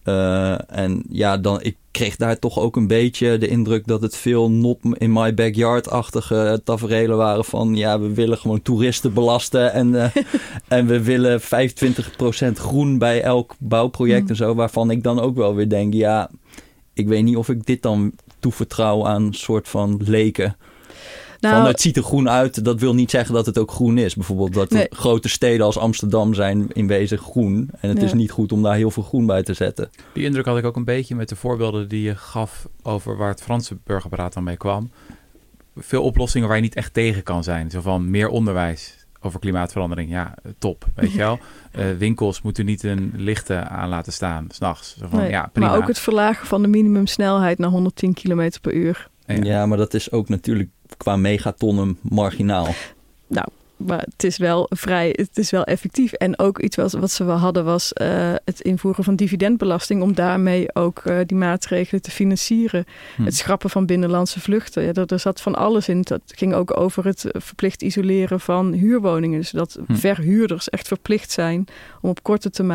Uh, en ja, dan, ik kreeg daar toch ook een beetje de indruk dat het veel not in my backyard-achtige taferelen waren van ja, we willen gewoon toeristen belasten en, uh, en we willen vijfentwintig procent groen bij elk bouwproject mm. en zo, waarvan ik dan ook wel weer denk, ja, ik weet niet of ik dit dan toevertrouw aan een soort van leken. Nou, van, het ziet er groen uit, dat wil niet zeggen dat het ook groen is. Bijvoorbeeld dat nee. grote steden als Amsterdam zijn in wezen groen. En het ja. is niet goed om daar heel veel groen bij te zetten. Die indruk had ik ook een beetje met de voorbeelden die je gaf over waar het Franse burgerberaad dan mee kwam. Veel oplossingen waar je niet echt tegen kan zijn. Zo van meer onderwijs over klimaatverandering. Ja, top, weet je wel. Uh, winkels moeten niet een lichten aan laten staan, 's nachts. Zo van, nee, ja, prima. Maar ook het verlagen van de minimumsnelheid naar honderdtien kilometer per uur. Ja. ja, maar dat is ook natuurlijk qua megatonnen marginaal. Nou, maar het is wel vrij, het is wel effectief. En ook iets wat, wat ze wel hadden was uh, het invoeren van dividendbelasting, om daarmee ook uh, die maatregelen te financieren. Hm. Het schrappen van binnenlandse vluchten. Ja, er, er zat van alles in. Dat ging ook over het verplicht isoleren van huurwoningen. Zodat hm. verhuurders echt verplicht zijn om op korte termijn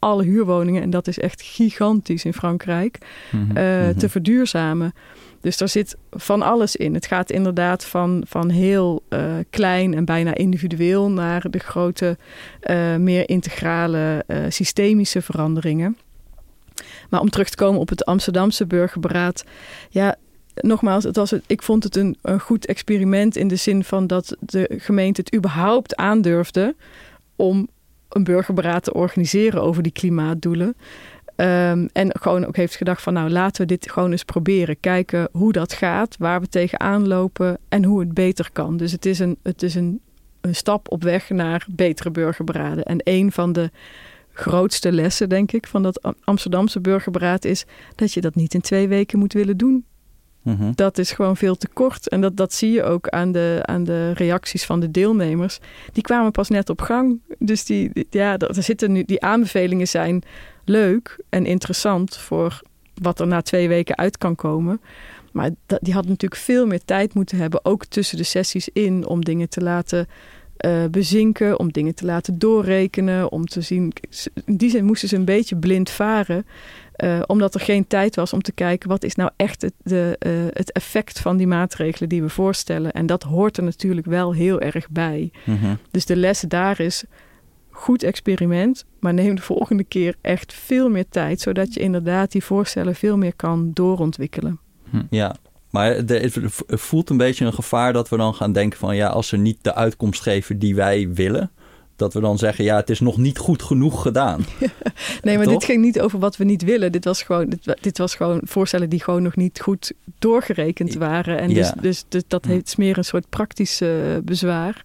alle huurwoningen, en dat is echt gigantisch in Frankrijk, Mm-hmm. uh, Mm-hmm. te verduurzamen. Dus daar zit van alles in. Het gaat inderdaad van, van heel uh, klein en bijna individueel naar de grote, uh, meer integrale, uh, systemische veranderingen. Maar om terug te komen op het Amsterdamse burgerberaad, ja, nogmaals, het was het, ik vond het een, een goed experiment in de zin van dat de gemeente het überhaupt aandurfde om een burgerberaad te organiseren over die klimaatdoelen. Um, en gewoon ook heeft gedacht van nou, laten we dit gewoon eens proberen. Kijken hoe dat gaat, waar we tegenaan lopen en hoe het beter kan. Dus het is een, het is een, een stap op weg naar betere burgerberaden. En een van de grootste lessen, denk ik, van dat Amsterdamse burgerberaad is dat je dat niet in twee weken moet willen doen. Mm-hmm. Dat is gewoon veel te kort. En dat, dat zie je ook aan de, aan de reacties van de deelnemers. Die kwamen pas net op gang. Dus die, die, ja, er zitten nu, die aanbevelingen zijn leuk en interessant voor wat er na twee weken uit kan komen. Maar dat, die hadden natuurlijk veel meer tijd moeten hebben, ook tussen de sessies in, om dingen te laten uh, bezinken, om dingen te laten doorrekenen, om te zien. In die zin moesten ze een beetje blind varen. Uh, omdat er geen tijd was om te kijken wat is nou echt het, de, uh, het effect van die maatregelen die we voorstellen. En dat hoort er natuurlijk wel heel erg bij. Mm-hmm. Dus de les daar is goed experiment, maar neem de volgende keer echt veel meer tijd, zodat je inderdaad die voorstellen veel meer kan doorontwikkelen. Hm. Ja, maar de, het voelt een beetje een gevaar dat we dan gaan denken van ja, als ze niet de uitkomst geven die wij willen, dat we dan zeggen, ja, het is nog niet goed genoeg gedaan. Nee, maar Toch? dit ging niet over wat we niet willen. Dit was gewoon, dit, dit was gewoon voorstellen die gewoon nog niet goed doorgerekend waren. En ja. dus, dus, dus dat heeft meer een soort praktisch uh, bezwaar.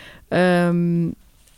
Um,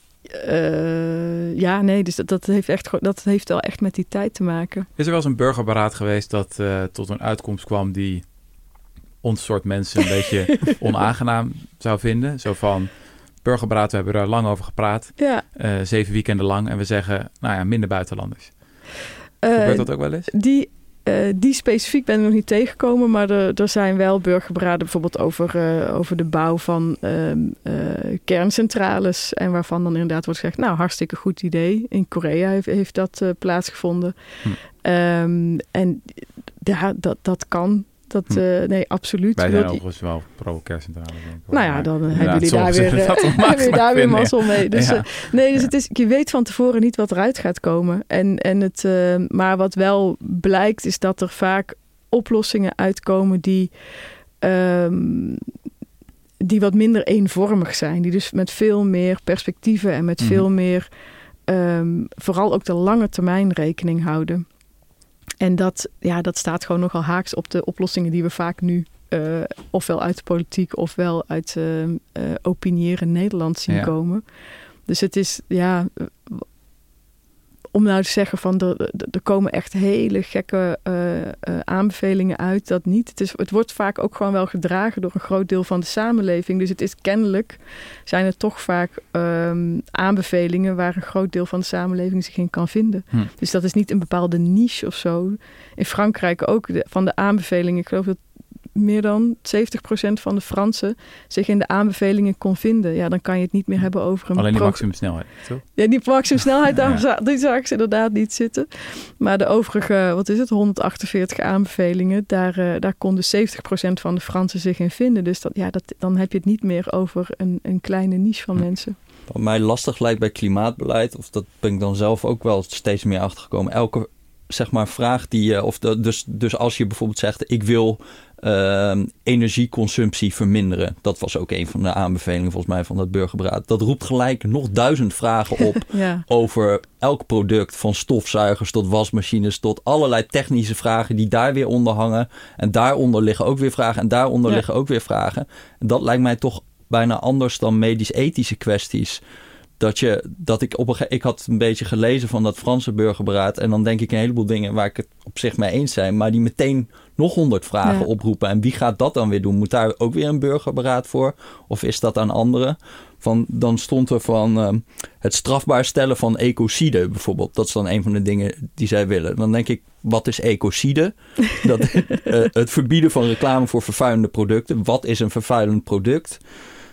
uh, ja, nee, dus dat, dat, heeft echt, dat heeft wel echt met die tijd te maken. Is er wel eens een burgerberaad geweest dat uh, tot een uitkomst kwam die ons soort mensen een beetje onaangenaam zou vinden? Zo van, burgerberaad, we hebben er lang over gepraat. Ja. Uh, zeven weekenden lang. En we zeggen, nou ja, minder buitenlanders. Uh, Gebeurt dat ook wel eens? Die, uh, die specifiek ben ik nog niet tegengekomen. Maar er, er zijn wel burgerberaden bijvoorbeeld over, uh, over de bouw van uh, uh, kerncentrales. En waarvan dan inderdaad wordt gezegd, nou, hartstikke goed idee. In Korea heeft, heeft dat uh, plaatsgevonden. Hm. Um, en ja, dat, dat kan. Dat, uh, nee, absoluut. Wij zijn overigens wel pro-kerncentrale. Nou ja, dan uh, hebben jullie daar weer, uh, hebben jullie daar weer mazzel mee. Dus, ja. uh, nee, dus het is, je weet van tevoren niet wat eruit gaat komen. En, en het, uh, maar wat wel blijkt is dat er vaak oplossingen uitkomen die, um, die wat minder eenvormig zijn. Die dus met veel meer perspectieven en met mm. veel meer, um, vooral ook de lange termijn rekening houden. En dat, ja, dat staat gewoon nogal haaks op de oplossingen die we vaak nu uh, ofwel uit de politiek ofwel uit uh, uh, opiniëren Nederland zien ja. komen. Dus het is, ja, om nou te zeggen van er, er komen echt hele gekke uh, uh, aanbevelingen uit, dat niet. Het, is, het wordt vaak ook gewoon wel gedragen door een groot deel van de samenleving. Dus het is kennelijk, zijn er toch vaak um, aanbevelingen waar een groot deel van de samenleving zich in kan vinden. Hm. Dus dat is niet een bepaalde niche of zo. In Frankrijk ook, de, van de aanbevelingen, ik geloof dat meer dan zeventig procent van de Fransen zich in de aanbevelingen kon vinden. Ja, dan kan je het niet meer hebben over een... Alleen die pro- maximumsnelheid, toch? Ja, die maximumsnelheid, daar ja. die zag ze inderdaad niet zitten. Maar de overige, wat is het, honderdachtenveertig aanbevelingen, daar, uh, daar kon dus zeventig procent van de Fransen zich in vinden. Dus dat, ja, dat, dan heb je het niet meer over een, een kleine niche van hm. mensen. Wat mij lastig lijkt bij klimaatbeleid, of dat ben ik dan zelf ook wel steeds meer achtergekomen, elke zeg maar vraag die je, of de, dus, dus als je bijvoorbeeld zegt, ik wil uh, energieconsumptie verminderen. Dat was ook een van de aanbevelingen volgens mij van dat burgerberaad. Dat roept gelijk nog duizend vragen op ja. over elk product, van stofzuigers tot wasmachines tot allerlei technische vragen die daar weer onder hangen. En daaronder liggen ook weer vragen en daaronder ja. liggen ook weer vragen. En dat lijkt mij toch bijna anders dan medisch-ethische kwesties. Dat, je, dat ik op een ik had een beetje gelezen van dat Franse burgerberaad. En dan denk ik een heleboel dingen waar ik het op zich mee eens zijn. Maar die meteen nog honderd vragen ja. oproepen. En wie gaat dat dan weer doen? Moet daar ook weer een burgerberaad voor? Of is dat aan anderen? Van, dan stond er van uh, het strafbaar stellen van ecocide bijvoorbeeld. Dat is dan een van de dingen die zij willen. Dan denk ik, wat is ecocide? Dat, uh, het verbieden van reclame voor vervuilende producten. Wat is een vervuilend product?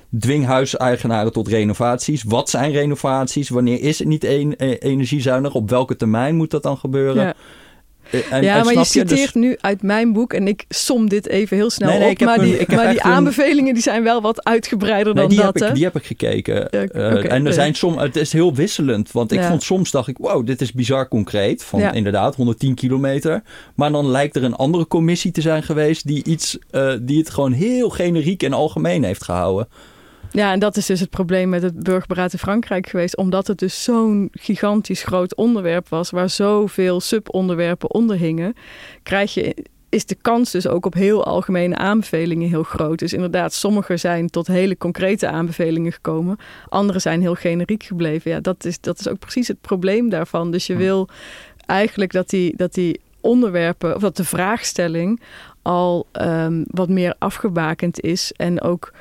dwing huiseigenaren tot renovaties. Wat zijn renovaties? Wanneer is het niet een, e- energiezuinig? Op welke termijn moet dat dan gebeuren? Ja. En, ja, en maar je snap citeert dus... nu uit mijn boek en ik som dit even heel snel Nee, nee, op. ik heb Maar een- die, ik heb maar die echt een- aanbevelingen die zijn wel wat uitgebreider Nee, dan die, dat. heb ik, hè? die heb ik gekeken. Ja, Uh, oké, en er ja. zijn som, het is heel wisselend. Want ik Ja. vond soms, dacht ik, wow, dit is bizar concreet. Van Ja. inderdaad, honderdtien kilometer. Maar dan lijkt er een andere commissie te zijn geweest... die, iets, uh, die het gewoon heel generiek en algemeen heeft gehouden. Ja, en dat is dus het probleem met het burgerberaad in Frankrijk geweest. Omdat het dus zo'n gigantisch groot onderwerp was... waar zoveel subonderwerpen onder hingen... krijg je, is de kans dus ook op heel algemene aanbevelingen heel groot. Dus inderdaad, sommige zijn tot hele concrete aanbevelingen gekomen. Andere zijn heel generiek gebleven. Ja, dat is, dat is ook precies het probleem daarvan. Dus je wil eigenlijk dat die, dat die onderwerpen... of dat de vraagstelling al um, wat meer afgebakend is... en ook...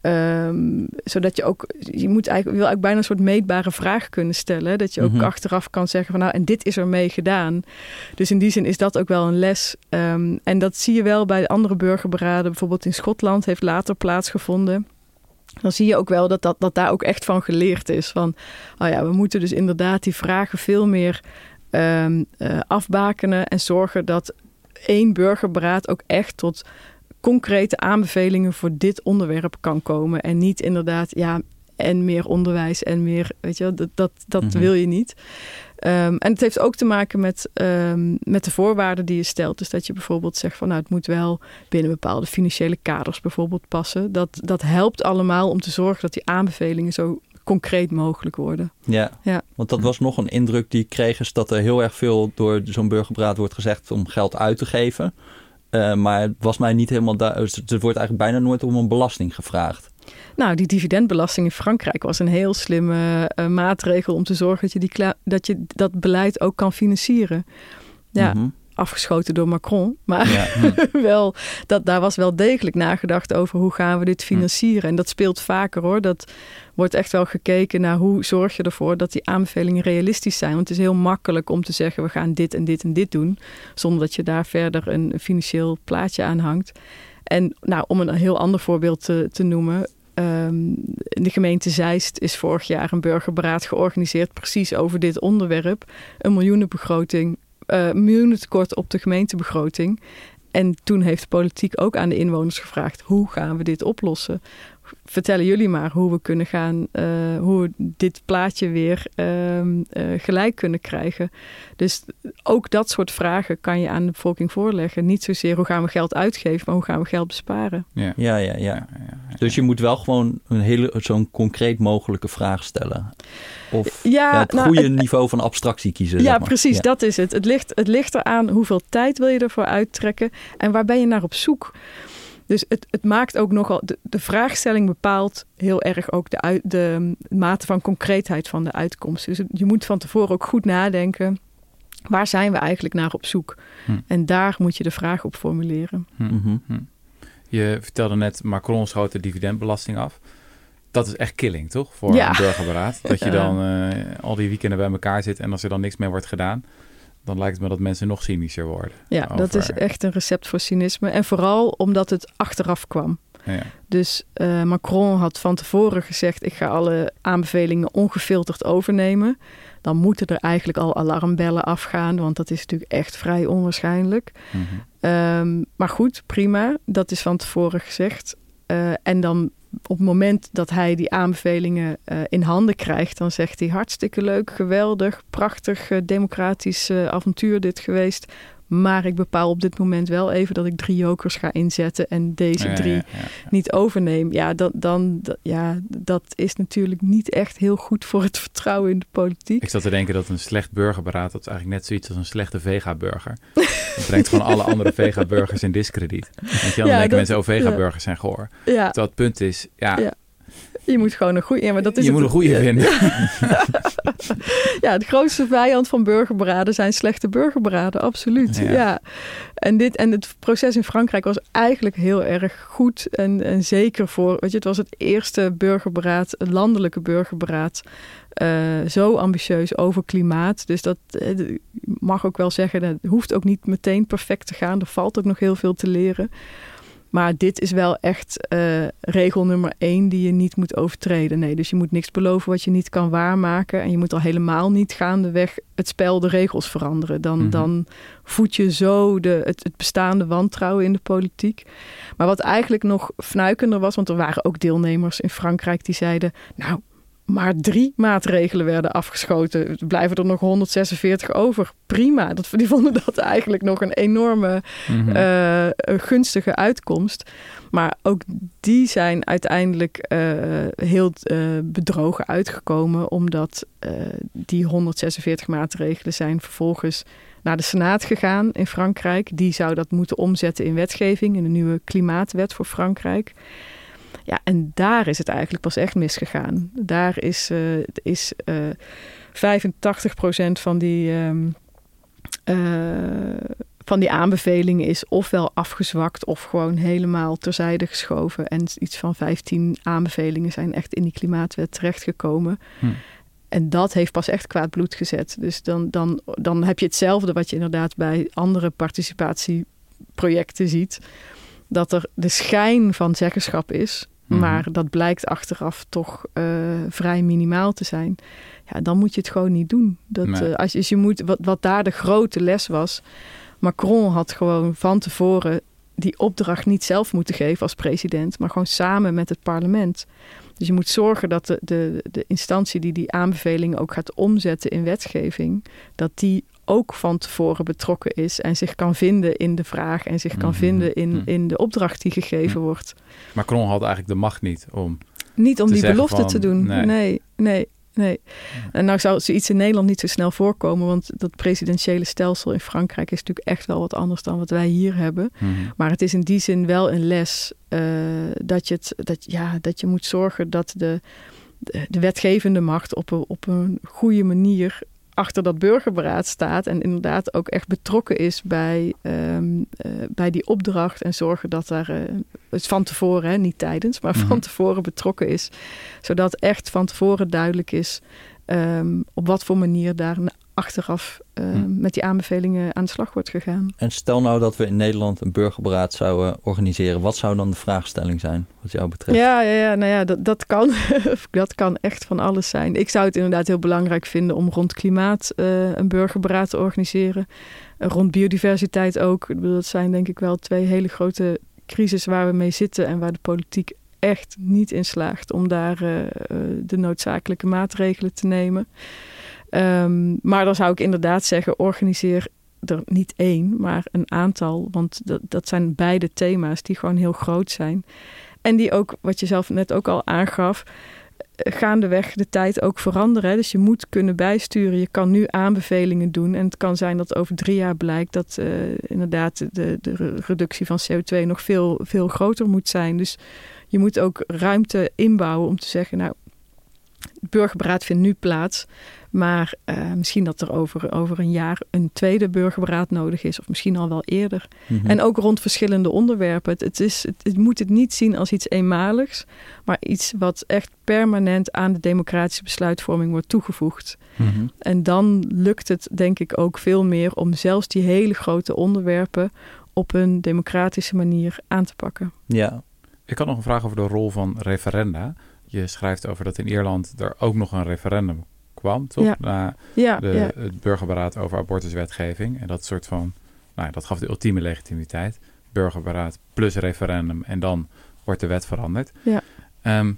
Um, zodat je ook, je moet eigenlijk, wil eigenlijk bijna een soort meetbare vraag kunnen stellen. Dat je ook mm-hmm. achteraf kan zeggen van nou, en dit is er mee gedaan. Dus in die zin is dat ook wel een les. Um, en dat zie je wel bij andere burgerberaden. Bijvoorbeeld in Schotland heeft later plaatsgevonden. Dan zie je ook wel dat, dat, dat daar ook echt van geleerd is. Van, oh ja, we moeten dus inderdaad die vragen veel meer um, uh, afbakenen. En zorgen dat één burgerberaad ook echt tot... concrete aanbevelingen voor dit onderwerp kan komen. En niet inderdaad, ja, en meer onderwijs en meer, weet je wel, dat, dat, dat mm-hmm. wil je niet. Um, en het heeft ook te maken met, um, met de voorwaarden die je stelt. Dus dat je bijvoorbeeld zegt van, nou, het moet wel binnen bepaalde financiële kaders bijvoorbeeld passen. Dat, dat helpt allemaal om te zorgen dat die aanbevelingen zo concreet mogelijk worden. Ja, ja, want dat was nog een indruk die ik kreeg, is dat er heel erg veel door zo'n burgerberaad wordt gezegd om geld uit te geven. Uh, maar het was mij niet helemaal duidelijk. Er wordt eigenlijk bijna nooit om een belasting gevraagd. Nou, die dividendbelasting in Frankrijk was een heel slimme uh, maatregel om te zorgen dat je, die kla- dat je dat beleid ook kan financieren. Ja, mm-hmm. afgeschoten door Macron. Maar ja. wel, dat, daar was wel degelijk nagedacht over hoe gaan we dit financieren. En dat speelt vaker hoor. Dat wordt echt wel gekeken naar hoe zorg je ervoor dat die aanbevelingen realistisch zijn. Want het is heel makkelijk om te zeggen we gaan dit en dit en dit doen. Zonder dat je daar verder een financieel plaatje aan hangt. En nou, om een heel ander voorbeeld te, te noemen. Um, de gemeente Zeist is vorig jaar een burgerberaad georganiseerd precies over dit onderwerp. Een miljoenenbegroting. Uh, miljoenentekort op de gemeentebegroting. En toen heeft de politiek ook aan de inwoners gevraagd... hoe gaan we dit oplossen? Vertellen jullie maar hoe we kunnen gaan... Uh, hoe we dit plaatje weer uh, uh, gelijk kunnen krijgen. Dus ook dat soort vragen kan je aan de bevolking voorleggen. Niet zozeer hoe gaan we geld uitgeven... maar hoe gaan we geld besparen. Ja, ja, ja. ja. ja, ja, ja. Dus je moet wel gewoon een hele, zo'n concreet mogelijke vraag stellen... Of ja, ja, het nou, goede het, niveau van abstractie kiezen. Ja, zeg maar. precies. Ja. Dat is het. Het ligt, het ligt eraan hoeveel tijd wil je ervoor uittrekken. En waar ben je naar op zoek? Dus het, het maakt ook nogal... De, de vraagstelling bepaalt heel erg ook de, uit, de mate van concreetheid van de uitkomst. Dus je moet van tevoren ook goed nadenken... waar zijn we eigenlijk naar op zoek? Hm. En daar moet je de vraag op formuleren. Hm. Mm-hmm. Hm. Je vertelde net, Macron schoot de dividendbelasting af. Dat is echt killing, toch? Voor ja. een burgerberaad. Dat je dan uh, al die weekenden bij elkaar zit... en als er dan niks meer wordt gedaan... dan lijkt het me dat mensen nog cynischer worden. Ja, over... dat is echt een recept voor cynisme. En vooral omdat het achteraf kwam. Ja. Dus uh, Macron had van tevoren gezegd... ik ga alle aanbevelingen ongefilterd overnemen. Dan moeten er eigenlijk al alarmbellen afgaan... want dat is natuurlijk echt vrij onwaarschijnlijk. Mm-hmm. Um, maar goed, prima. Dat is van tevoren gezegd. Uh, en dan... op het moment dat hij die aanbevelingen uh, in handen krijgt... dan zegt hij hartstikke leuk, geweldig, prachtig, uh, democratisch uh, avontuur dit geweest. Maar ik bepaal op dit moment wel even dat ik drie jokers ga inzetten... en deze ja, drie ja, ja, ja. niet overneem. Ja dat, dan, dat, ja, dat is natuurlijk niet echt heel goed voor het vertrouwen in de politiek. Ik zat te denken dat een slecht burgerberaad... dat is eigenlijk net zoiets als een slechte vega-burger. Dat brengt gewoon alle andere vega-burgers in diskrediet. Want dan ja, denken dat, mensen, oh, vega-burgers ja. zijn goor. Ja. Terwijl het punt is, ja... ja. Je moet gewoon een goede... Ja, maar dat is je het, moet een goede vinden. Ja, de grootste vijand van burgerberaden zijn slechte burgerberaden, absoluut. Ja. Ja. En, dit, en het proces in Frankrijk was eigenlijk heel erg goed en, en zeker voor... Weet je, het was het eerste burgerberaad, een landelijke burgerberaad... Uh, zo ambitieus over klimaat. Dus dat uh, mag ook wel zeggen, dat hoeft ook niet meteen perfect te gaan. Er valt ook nog heel veel te leren. Maar dit is wel echt uh, regel nummer één die je niet moet overtreden. Nee, dus je moet niks beloven wat je niet kan waarmaken. En je moet al helemaal niet gaandeweg het spel, de regels veranderen. Dan, mm-hmm. dan voed je zo de, het, het bestaande wantrouwen in de politiek. Maar wat eigenlijk nog fnuikender was, want er waren ook deelnemers in Frankrijk die zeiden, nou, maar drie maatregelen werden afgeschoten. Er blijven er nog honderdzesenveertig over. Prima. Dat, die vonden dat eigenlijk nog een enorme mm-hmm. uh, gunstige uitkomst. Maar ook die zijn uiteindelijk uh, heel uh, bedrogen uitgekomen. Omdat uh, die honderdzesenveertig maatregelen zijn vervolgens naar de Senaat gegaan in Frankrijk. Die zou dat moeten omzetten in wetgeving. In de nieuwe klimaatwet voor Frankrijk. Ja, en daar is het eigenlijk pas echt misgegaan. Daar is, uh, is uh, vijfentachtig procent van die, um, uh, van die aanbevelingen is ofwel afgezwakt of gewoon helemaal terzijde geschoven. En iets van vijftien aanbevelingen zijn echt in die klimaatwet terechtgekomen. Hm. En dat heeft pas echt kwaad bloed gezet. Dus dan, dan, dan heb je hetzelfde wat je inderdaad bij andere participatieprojecten ziet. Dat er de schijn van zeggenschap is. Maar dat blijkt achteraf toch uh, vrij minimaal te zijn. Ja, dan moet je het gewoon niet doen. Dat, nee. uh, als je, dus je moet, wat, wat daar de grote les was. Macron had gewoon van tevoren die opdracht niet zelf moeten geven als president. Maar gewoon samen met het parlement. Dus je moet zorgen dat de, de, de instantie die die aanbevelingen ook gaat omzetten in wetgeving. Dat die ook van tevoren betrokken is en zich kan vinden in de vraag en zich kan mm-hmm. vinden in, in de opdracht die gegeven mm-hmm. wordt. Macron had eigenlijk de macht niet om Niet om te die belofte van, te doen. Nee, nee, nee. nee. Ja. En nou zou zoiets in Nederland niet zo snel voorkomen, want dat presidentiële stelsel in Frankrijk is natuurlijk echt wel wat anders dan wat wij hier hebben. Mm-hmm. Maar het is in die zin wel een les uh, dat, je het, dat, ja, dat je moet zorgen dat de, de, de wetgevende macht op een, op een goede manier achter dat burgerberaad staat en inderdaad ook echt betrokken is bij, um, uh, bij die opdracht en zorgen dat daar uh, het van tevoren, hè, niet tijdens, maar mm-hmm. van tevoren betrokken is. Zodat echt van tevoren duidelijk is um, op wat voor manier daar achteraf uh, mm. met die aanbevelingen aan de slag wordt gegaan. En stel nou dat we in Nederland een burgerberaad zouden organiseren. Wat zou dan de vraagstelling zijn, wat jou betreft? Ja, ja, ja nou ja, dat, dat, kan, dat kan echt van alles zijn. Ik zou het inderdaad heel belangrijk vinden om rond klimaat uh, een burgerberaad te organiseren. Uh, rond biodiversiteit ook. Ik bedoel, dat zijn denk ik wel twee hele grote crisis waar we mee zitten en waar de politiek echt niet in slaagt om daar uh, uh, de noodzakelijke maatregelen te nemen. Um, maar dan zou ik inderdaad zeggen, organiseer er niet één, maar een aantal. Want dat, dat zijn beide thema's die gewoon heel groot zijn. En die ook, wat je zelf net ook al aangaf, gaandeweg de tijd ook veranderen. Hè? Dus je moet kunnen bijsturen. Je kan nu aanbevelingen doen. En het kan zijn dat over drie jaar blijkt dat uh, inderdaad de, de reductie van C O twee nog veel, veel groter moet zijn. Dus je moet ook ruimte inbouwen om te zeggen, nou, het burgerberaad vindt nu plaats. Maar uh, misschien dat er over, over een jaar een tweede burgerberaad nodig is. Of misschien al wel eerder. Mm-hmm. En ook rond verschillende onderwerpen. Het, het, is, het, het moet het niet zien als iets eenmaligs. Maar iets wat echt permanent aan de democratische besluitvorming wordt toegevoegd. Mm-hmm. En dan lukt het denk ik ook veel meer om zelfs die hele grote onderwerpen op een democratische manier aan te pakken. Ja. Ik had nog een vraag over de rol van referenda. Je schrijft over dat in Ierland er ook nog een referendum kwam, toch? Ja. Na ja, de, ja. het burgerberaad over abortuswetgeving. En dat soort van, nou, dat gaf de ultieme legitimiteit. Burgerberaad plus referendum en dan wordt de wet veranderd. Ja. Um,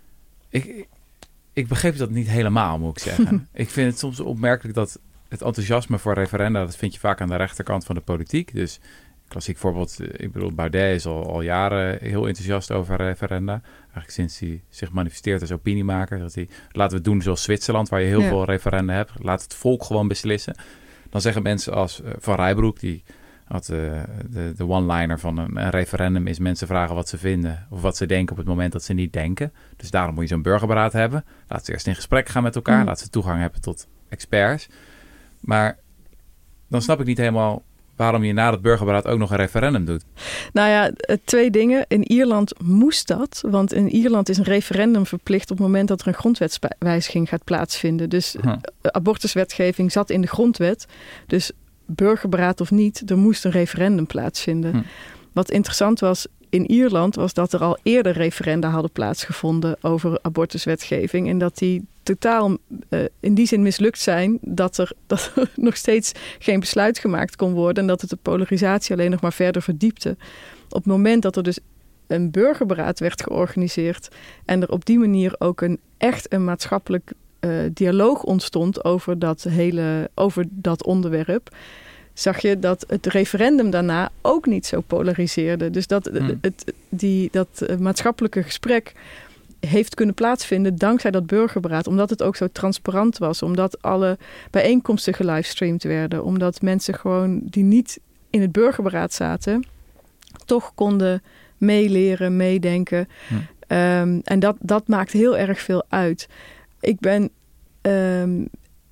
ik, ik begreep dat niet helemaal, moet ik zeggen. Ik vind het soms opmerkelijk dat het enthousiasme voor referenda, dat vind je vaak aan de rechterkant van de politiek. Dus klassiek voorbeeld, ik bedoel, Baudet is al, al jaren heel enthousiast over referenda. Eigenlijk sinds hij zich manifesteert als opiniemaker. Dat hij, laten we het doen zoals Zwitserland, waar je heel ja. veel referenda hebt. Laat het volk gewoon beslissen. Dan zeggen mensen als uh, Van Rijbroek, die had uh, de, de one-liner van een, een referendum is mensen vragen wat ze vinden of wat ze denken op het moment dat ze niet denken. Dus daarom moet je zo'n burgerberaad hebben. Laat ze eerst in gesprek gaan met elkaar. Mm. Laat ze toegang hebben tot experts. Maar dan snap ik niet helemaal waarom je na het burgerberaad ook nog een referendum doet. Nou ja, twee dingen. In Ierland moest dat. Want in Ierland is een referendum verplicht op het moment dat er een grondwetswijziging gaat plaatsvinden. Dus huh. abortuswetgeving zat in de grondwet. Dus burgerberaad of niet, er moest een referendum plaatsvinden. Hm. Wat interessant was, in Ierland was dat er al eerder referenda hadden plaatsgevonden over abortuswetgeving. En dat die totaal uh, in die zin mislukt zijn dat er, dat er nog steeds geen besluit gemaakt kon worden. En dat het de polarisatie alleen nog maar verder verdiepte. Op het moment dat er dus een burgerberaad werd georganiseerd en er op die manier ook een echt een maatschappelijk uh, dialoog ontstond over dat hele, over dat onderwerp, zag je dat het referendum daarna ook niet zo polariseerde. Dus dat, hmm. het, die, dat maatschappelijke gesprek heeft kunnen plaatsvinden dankzij dat burgerberaad. Omdat het ook zo transparant was. Omdat alle bijeenkomsten gelivestreamd werden. Omdat mensen gewoon die niet in het burgerberaad zaten, toch konden meeleren, meedenken. Hmm. Um, en dat, dat maakt heel erg veel uit. Ik ben um,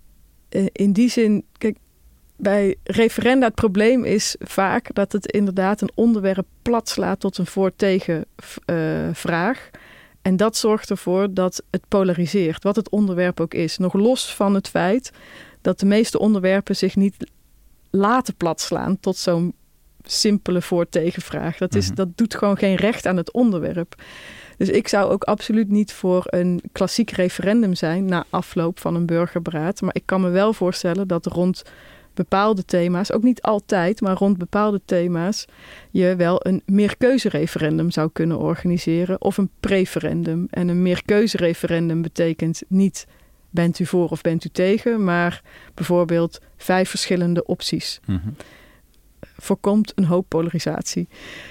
in die zin, kijk, bij referenda het probleem is vaak dat het inderdaad een onderwerp plat slaat tot een voor-tegen uh, vraag. En dat zorgt ervoor dat het polariseert, wat het onderwerp ook is. Nog los van het feit dat de meeste onderwerpen zich niet laten platslaan tot zo'n simpele voor-tegenvraag. Dat, is, mm-hmm. dat doet gewoon geen recht aan het onderwerp. Dus ik zou ook absoluut niet voor een klassiek referendum zijn na afloop van een burgerberaad. Maar ik kan me wel voorstellen dat rond bepaalde thema's, ook niet altijd, maar rond bepaalde thema's, je wel een meerkeuzereferendum zou kunnen organiseren of een preferendum. En een meerkeuzereferendum betekent niet bent u voor of bent u tegen, maar bijvoorbeeld vijf verschillende opties. Mm-hmm. Voorkomt een hoop polarisatie.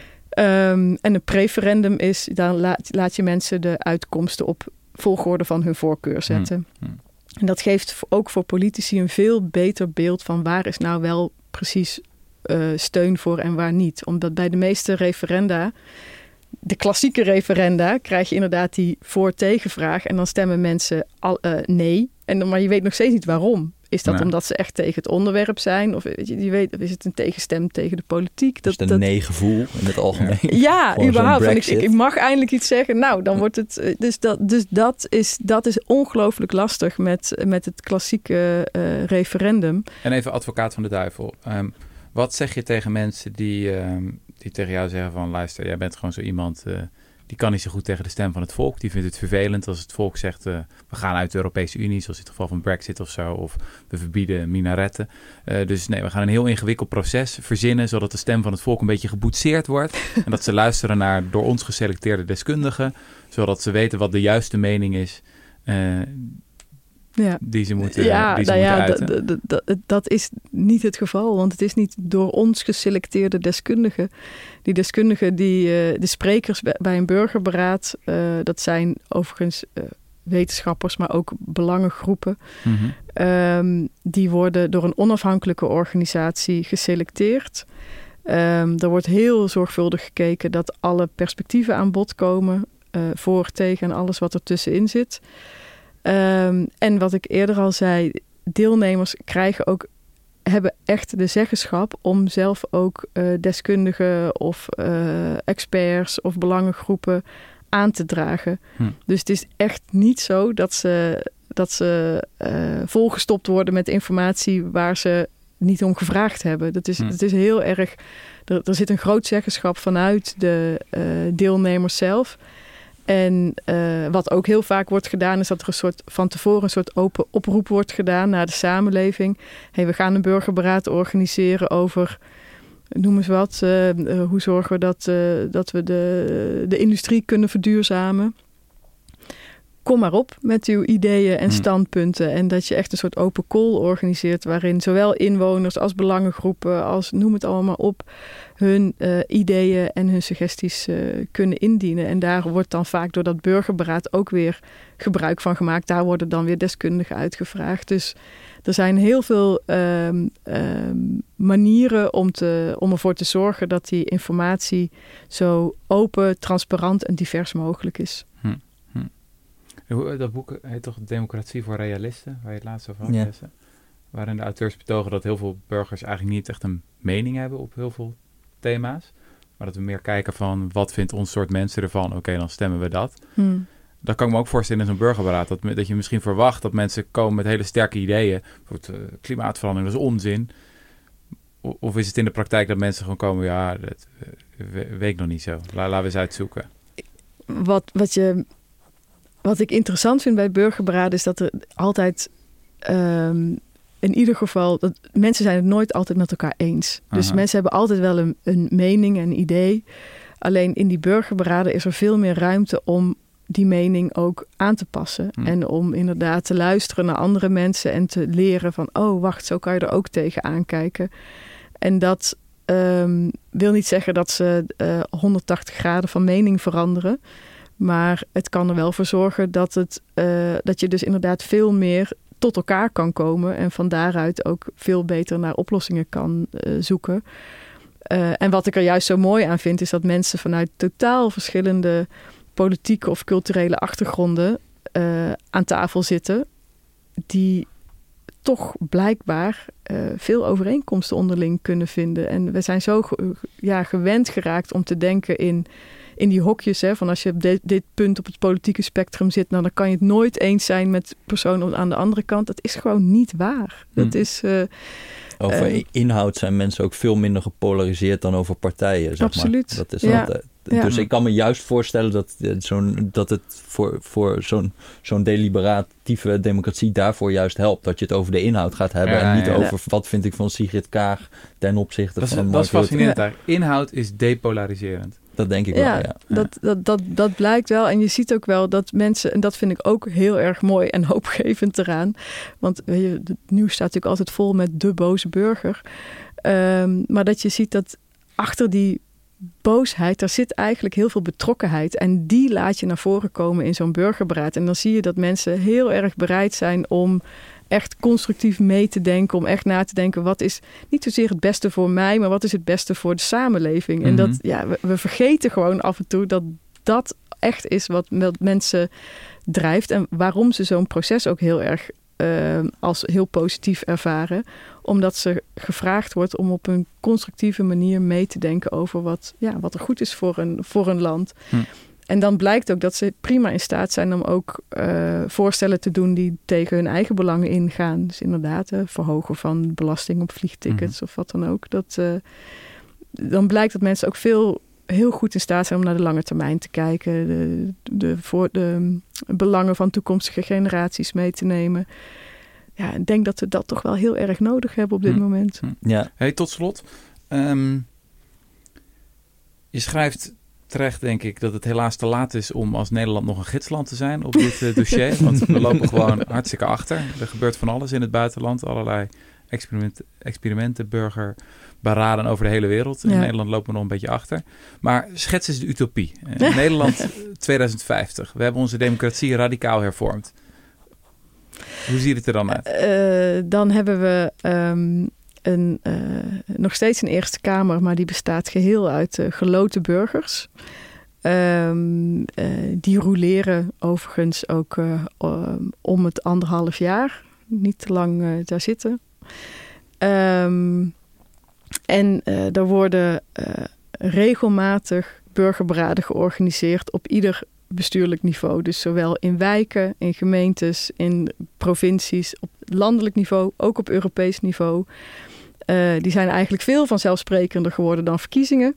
Um, en een preferendum is, dan laat, laat je mensen de uitkomsten op volgorde van hun voorkeur zetten. Mm-hmm. En dat geeft ook voor politici een veel beter beeld van waar is nou wel precies uh, steun voor en waar niet. Omdat bij de meeste referenda, de klassieke referenda, krijg je inderdaad die voor-tegenvraag en dan stemmen mensen al, uh, nee. En dan, maar je weet nog steeds niet waarom. Is dat nee. omdat ze echt tegen het onderwerp zijn? Of weet je, je weet, is het een tegenstem tegen de politiek? Dat, dus een nee-gevoel in het algemeen. Ja, überhaupt. Van, ik, ik mag eindelijk iets zeggen. Nou, dan wordt het... Dus dat, dus dat, is, dat is ongelooflijk lastig met, met het klassieke uh, referendum. En even advocaat van de duivel. Um, wat zeg je tegen mensen die, um, die tegen jou zeggen van... luister, jij bent gewoon zo iemand... Uh, die kan niet zo goed tegen de stem van het volk. Die vindt het vervelend als het volk zegt... Uh, we gaan uit de Europese Unie, zoals in het geval van Brexit of zo. Of we verbieden minaretten. Uh, dus nee, we gaan een heel ingewikkeld proces verzinnen... zodat de stem van het volk een beetje geboetseerd wordt. En dat ze luisteren naar door ons geselecteerde deskundigen... zodat ze weten wat de juiste mening is... Uh, ja. die ze moeten, ja, die ze nou moeten ja, uiten. D- d- d- dat is niet het geval, want het is niet door ons geselecteerde deskundigen. Die deskundigen, die, uh, de sprekers bij een burgerberaad, uh, dat zijn overigens uh, wetenschappers, maar ook belangengroepen. Mm-hmm. Um, die worden door een onafhankelijke organisatie geselecteerd. Um, er wordt heel zorgvuldig gekeken dat alle perspectieven aan bod komen, uh, voor, tegen en alles wat er tussenin zit. Um, en wat ik eerder al zei, deelnemers krijgen ook, hebben echt de zeggenschap om zelf ook uh, deskundigen of uh, experts of belangengroepen aan te dragen. Hm. Dus het is echt niet zo dat ze, dat ze uh, volgestopt worden met informatie waar ze niet om gevraagd hebben. Dat is, hm. Het is heel erg, er, er zit een groot zeggenschap vanuit de uh, deelnemers zelf. En uh, wat ook heel vaak wordt gedaan, is dat er een soort van tevoren een soort open oproep wordt gedaan naar de samenleving. Hey, we gaan een burgerberaad organiseren over, noem eens wat, uh, uh, hoe zorgen we dat, uh, dat we de, de industrie kunnen verduurzamen. Kom maar op met uw ideeën en standpunten. En dat je echt een soort open call organiseert... waarin zowel inwoners als belangengroepen... als noem het allemaal op... hun uh, ideeën en hun suggesties uh, kunnen indienen. En daar wordt dan vaak door dat burgerberaad ook weer gebruik van gemaakt. Daar worden dan weer deskundigen uitgevraagd. Dus er zijn heel veel um, um, manieren om, te, om ervoor te zorgen... dat die informatie zo open, transparant en divers mogelijk is. Hm. Dat boek heet toch Democratie voor Realisten, waar je het laatst over had gelezen. Ja. Waarin de auteurs betogen dat heel veel burgers eigenlijk niet echt een mening hebben op heel veel thema's. Maar dat we meer kijken van wat vindt ons soort mensen ervan. Oké, okay, dan stemmen we dat. Hmm. Dat kan ik me ook voorstellen in zo'n burgerberaad. Dat, dat je misschien verwacht dat mensen komen met hele sterke ideeën. Bijvoorbeeld uh, klimaatverandering, dat is onzin. of is het in de praktijk dat mensen gewoon komen... ja, dat weet ik nog niet zo. La, laten we eens uitzoeken. Wat, wat, je, wat ik interessant vind bij burgerberaden... is dat er altijd... Um, in ieder geval... Dat, mensen zijn het nooit altijd met elkaar eens. Dus Aha. mensen hebben altijd wel een, een mening, een idee. Alleen in die burgerberaden is er veel meer ruimte... om die mening ook aan te passen. Hm. En om inderdaad te luisteren naar andere mensen... en te leren van... oh, wacht, zo kan je er ook tegen aankijken. En dat um, wil niet zeggen dat ze uh, honderdtachtig graden van mening veranderen... maar het kan er wel voor zorgen dat, het, uh, dat je dus inderdaad veel meer... tot elkaar kan komen... en van daaruit ook veel beter naar oplossingen kan uh, zoeken. Uh, en wat ik er juist zo mooi aan vind... is dat mensen vanuit totaal verschillende... politieke of culturele achtergronden uh, aan tafel zitten... die toch blijkbaar uh, veel overeenkomsten onderling kunnen vinden. En we zijn zo ge- ja, gewend geraakt om te denken in, in die hokjes. Hè, van als je op de, dit punt op het politieke spectrum zit... Nou, dan kan je het nooit eens zijn met personen aan de andere kant. Dat is gewoon niet waar. Hmm. Dat is... Uh, Over uh, inhoud zijn mensen ook veel minder gepolariseerd dan over partijen. Zeg absoluut. Maar. Dat is ja. altijd... Ja. Dus ik kan me juist voorstellen dat, zo'n, dat het voor, voor zo'n, zo'n deliberatieve democratie daarvoor juist helpt. Dat je het over de inhoud gaat hebben ja, en niet ja. over wat vind ik van Sigrid Kaag ten opzichte dat is, van Dat Mark is fascinerend ja. daar. Inhoud is depolariserend. Dat denk ik ja, wel, ja. Dat, dat, dat, dat blijkt wel. En je ziet ook wel dat mensen... en dat vind ik ook heel erg mooi en hoopgevend eraan. Want weet je, het nieuws staat natuurlijk altijd vol met de boze burger. Um, maar dat je ziet dat achter die boosheid, daar zit eigenlijk heel veel betrokkenheid. En die laat je naar voren komen in zo'n burgerberaad. En dan zie je dat mensen heel erg bereid zijn om echt constructief mee te denken. Om echt na te denken, wat is niet zozeer het beste voor mij, maar wat is het beste voor de samenleving? Mm-hmm. En dat, ja, we, we vergeten gewoon af en toe dat dat echt is wat, wat mensen drijft. En waarom ze zo'n proces ook heel erg uh, als heel positief ervaren. Omdat ze gevraagd wordt om op een constructieve manier mee te denken over wat, ja, wat er goed is voor een, voor een land. Hm. En dan blijkt ook dat ze prima in staat zijn om ook uh, voorstellen te doen die tegen hun eigen belangen ingaan. Dus inderdaad, uh, verhogen van belasting op vliegtickets mm-hmm. of wat dan ook. Dat, uh, dan blijkt dat mensen ook veel heel goed in staat zijn om naar de lange termijn te kijken. De, de, voor de belangen van toekomstige generaties mee te nemen. Ja, ik denk dat we dat toch wel heel erg nodig hebben op dit hm. moment. Ja. Hey, tot slot. Um, je schrijft terecht, denk ik, dat het helaas te laat is om als Nederland nog een gidsland te zijn op dit uh, dossier. Want we lopen gewoon hartstikke achter. Er gebeurt van alles in het buitenland. Allerlei experiment, experimenten, burgerberaden over de hele wereld. In ja. Nederland lopen we nog een beetje achter. Maar schets eens de utopie. Uh, Nederland tweeduizend vijftig. We hebben onze democratie radicaal hervormd. Hoe ziet het er dan uit? Uh, dan hebben we um, een, uh, nog steeds een Eerste Kamer, maar die bestaat geheel uit uh, geloten burgers. Um, uh, die roleren overigens ook uh, um, om het anderhalf jaar. Niet te lang uh, daar zitten. Um, en uh, er worden uh, regelmatig burgerberaden georganiseerd op ieder bestuurlijk niveau. Dus zowel in wijken, in gemeentes, in provincies, op landelijk niveau, ook op Europees niveau. Uh, die zijn eigenlijk veel vanzelfsprekender geworden dan verkiezingen.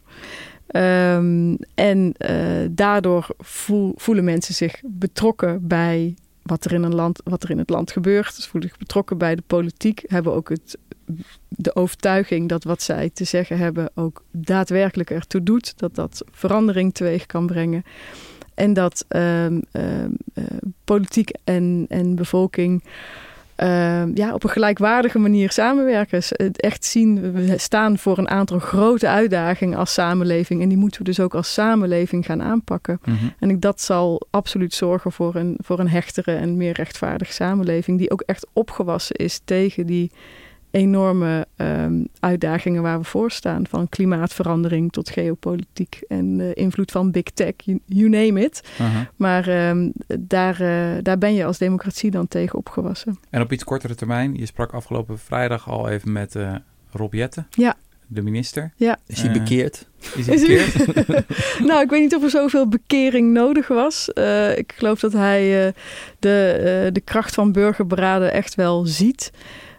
Um, en uh, daardoor voel, voelen mensen zich betrokken bij wat er in een land, wat er in het land gebeurt. Ze voelen zich betrokken bij de politiek, hebben ook het, de overtuiging dat wat zij te zeggen hebben ook daadwerkelijk ertoe doet, dat dat verandering teweeg kan brengen. En dat uh, uh, uh, politiek en, en bevolking uh, ja, op een gelijkwaardige manier samenwerken. Echt zien, we staan voor een aantal grote uitdagingen als samenleving. En die moeten we dus ook als samenleving gaan aanpakken. Mm-hmm. En ik, dat zal absoluut zorgen voor een, voor een hechtere en meer rechtvaardige samenleving. Die ook echt opgewassen is tegen die enorme um, uitdagingen waar we voor staan. Van klimaatverandering tot geopolitiek en uh, invloed van big tech, you, you name it. Uh-huh. Maar um, daar, uh, daar ben je als democratie dan tegen opgewassen. En op iets kortere termijn, je sprak afgelopen vrijdag al even met uh, Rob Jetten. Ja. De minister. Ja. Is hij bekeerd? Uh, is hij bekeerd? Nou, ik weet niet of er zoveel bekering nodig was. Uh, ik geloof dat hij uh, de, uh, de kracht van burgerberaden echt wel ziet.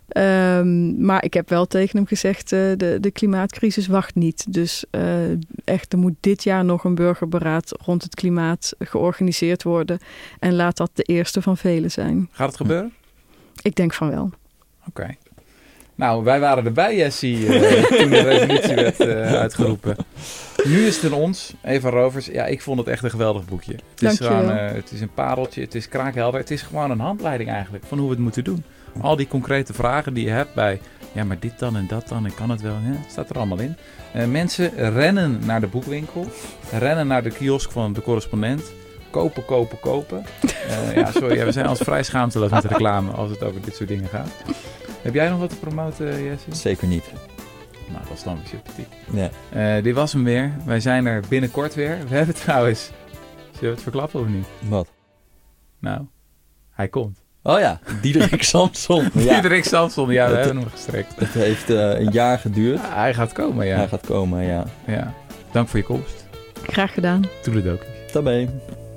Um, maar ik heb wel tegen hem gezegd, uh, de, de klimaatcrisis wacht niet. Dus uh, echt, er moet dit jaar nog een burgerberaad rond het klimaat georganiseerd worden. En laat dat de eerste van vele zijn. Gaat het gebeuren? Ik denk van wel. Oké. Okay. Nou, wij waren erbij, Jessie, uh, toen de revolutie werd uh, uitgeroepen. Nu is het aan ons, Eva Rovers. Ja, ik vond het echt een geweldig boekje. Het is, gewoon, uh, het is een pareltje, het is kraakhelder. Het is gewoon een handleiding eigenlijk van hoe we het moeten doen. Al die concrete vragen die je hebt bij, ja, maar dit dan en dat dan, en kan het wel? Ja, het staat er allemaal in. Uh, mensen rennen naar de boekwinkel, rennen naar de kiosk van de correspondent. Kopen, kopen, kopen. Uh, ja, sorry, ja, we zijn als vrij schaamteloos met de reclame als het over dit soort dingen gaat. Heb jij nog wat te promoten, Jessie? Zeker niet. Nou, dat is dan weer sympathiek. Ja. Uh, dit was hem weer. Wij zijn er binnenkort weer. We hebben trouwens... Zullen we het verklappen of niet? Wat? Nou, hij komt. Oh ja, Diederik Samson. Ja. Diederik Samson, ja, we het, hebben hem gestrekt. Het heeft uh, een jaar geduurd. Ja, hij gaat komen, ja. Hij gaat komen, ja. ja. Dank voor je komst. Graag gedaan. Toedeledokie. Tabé.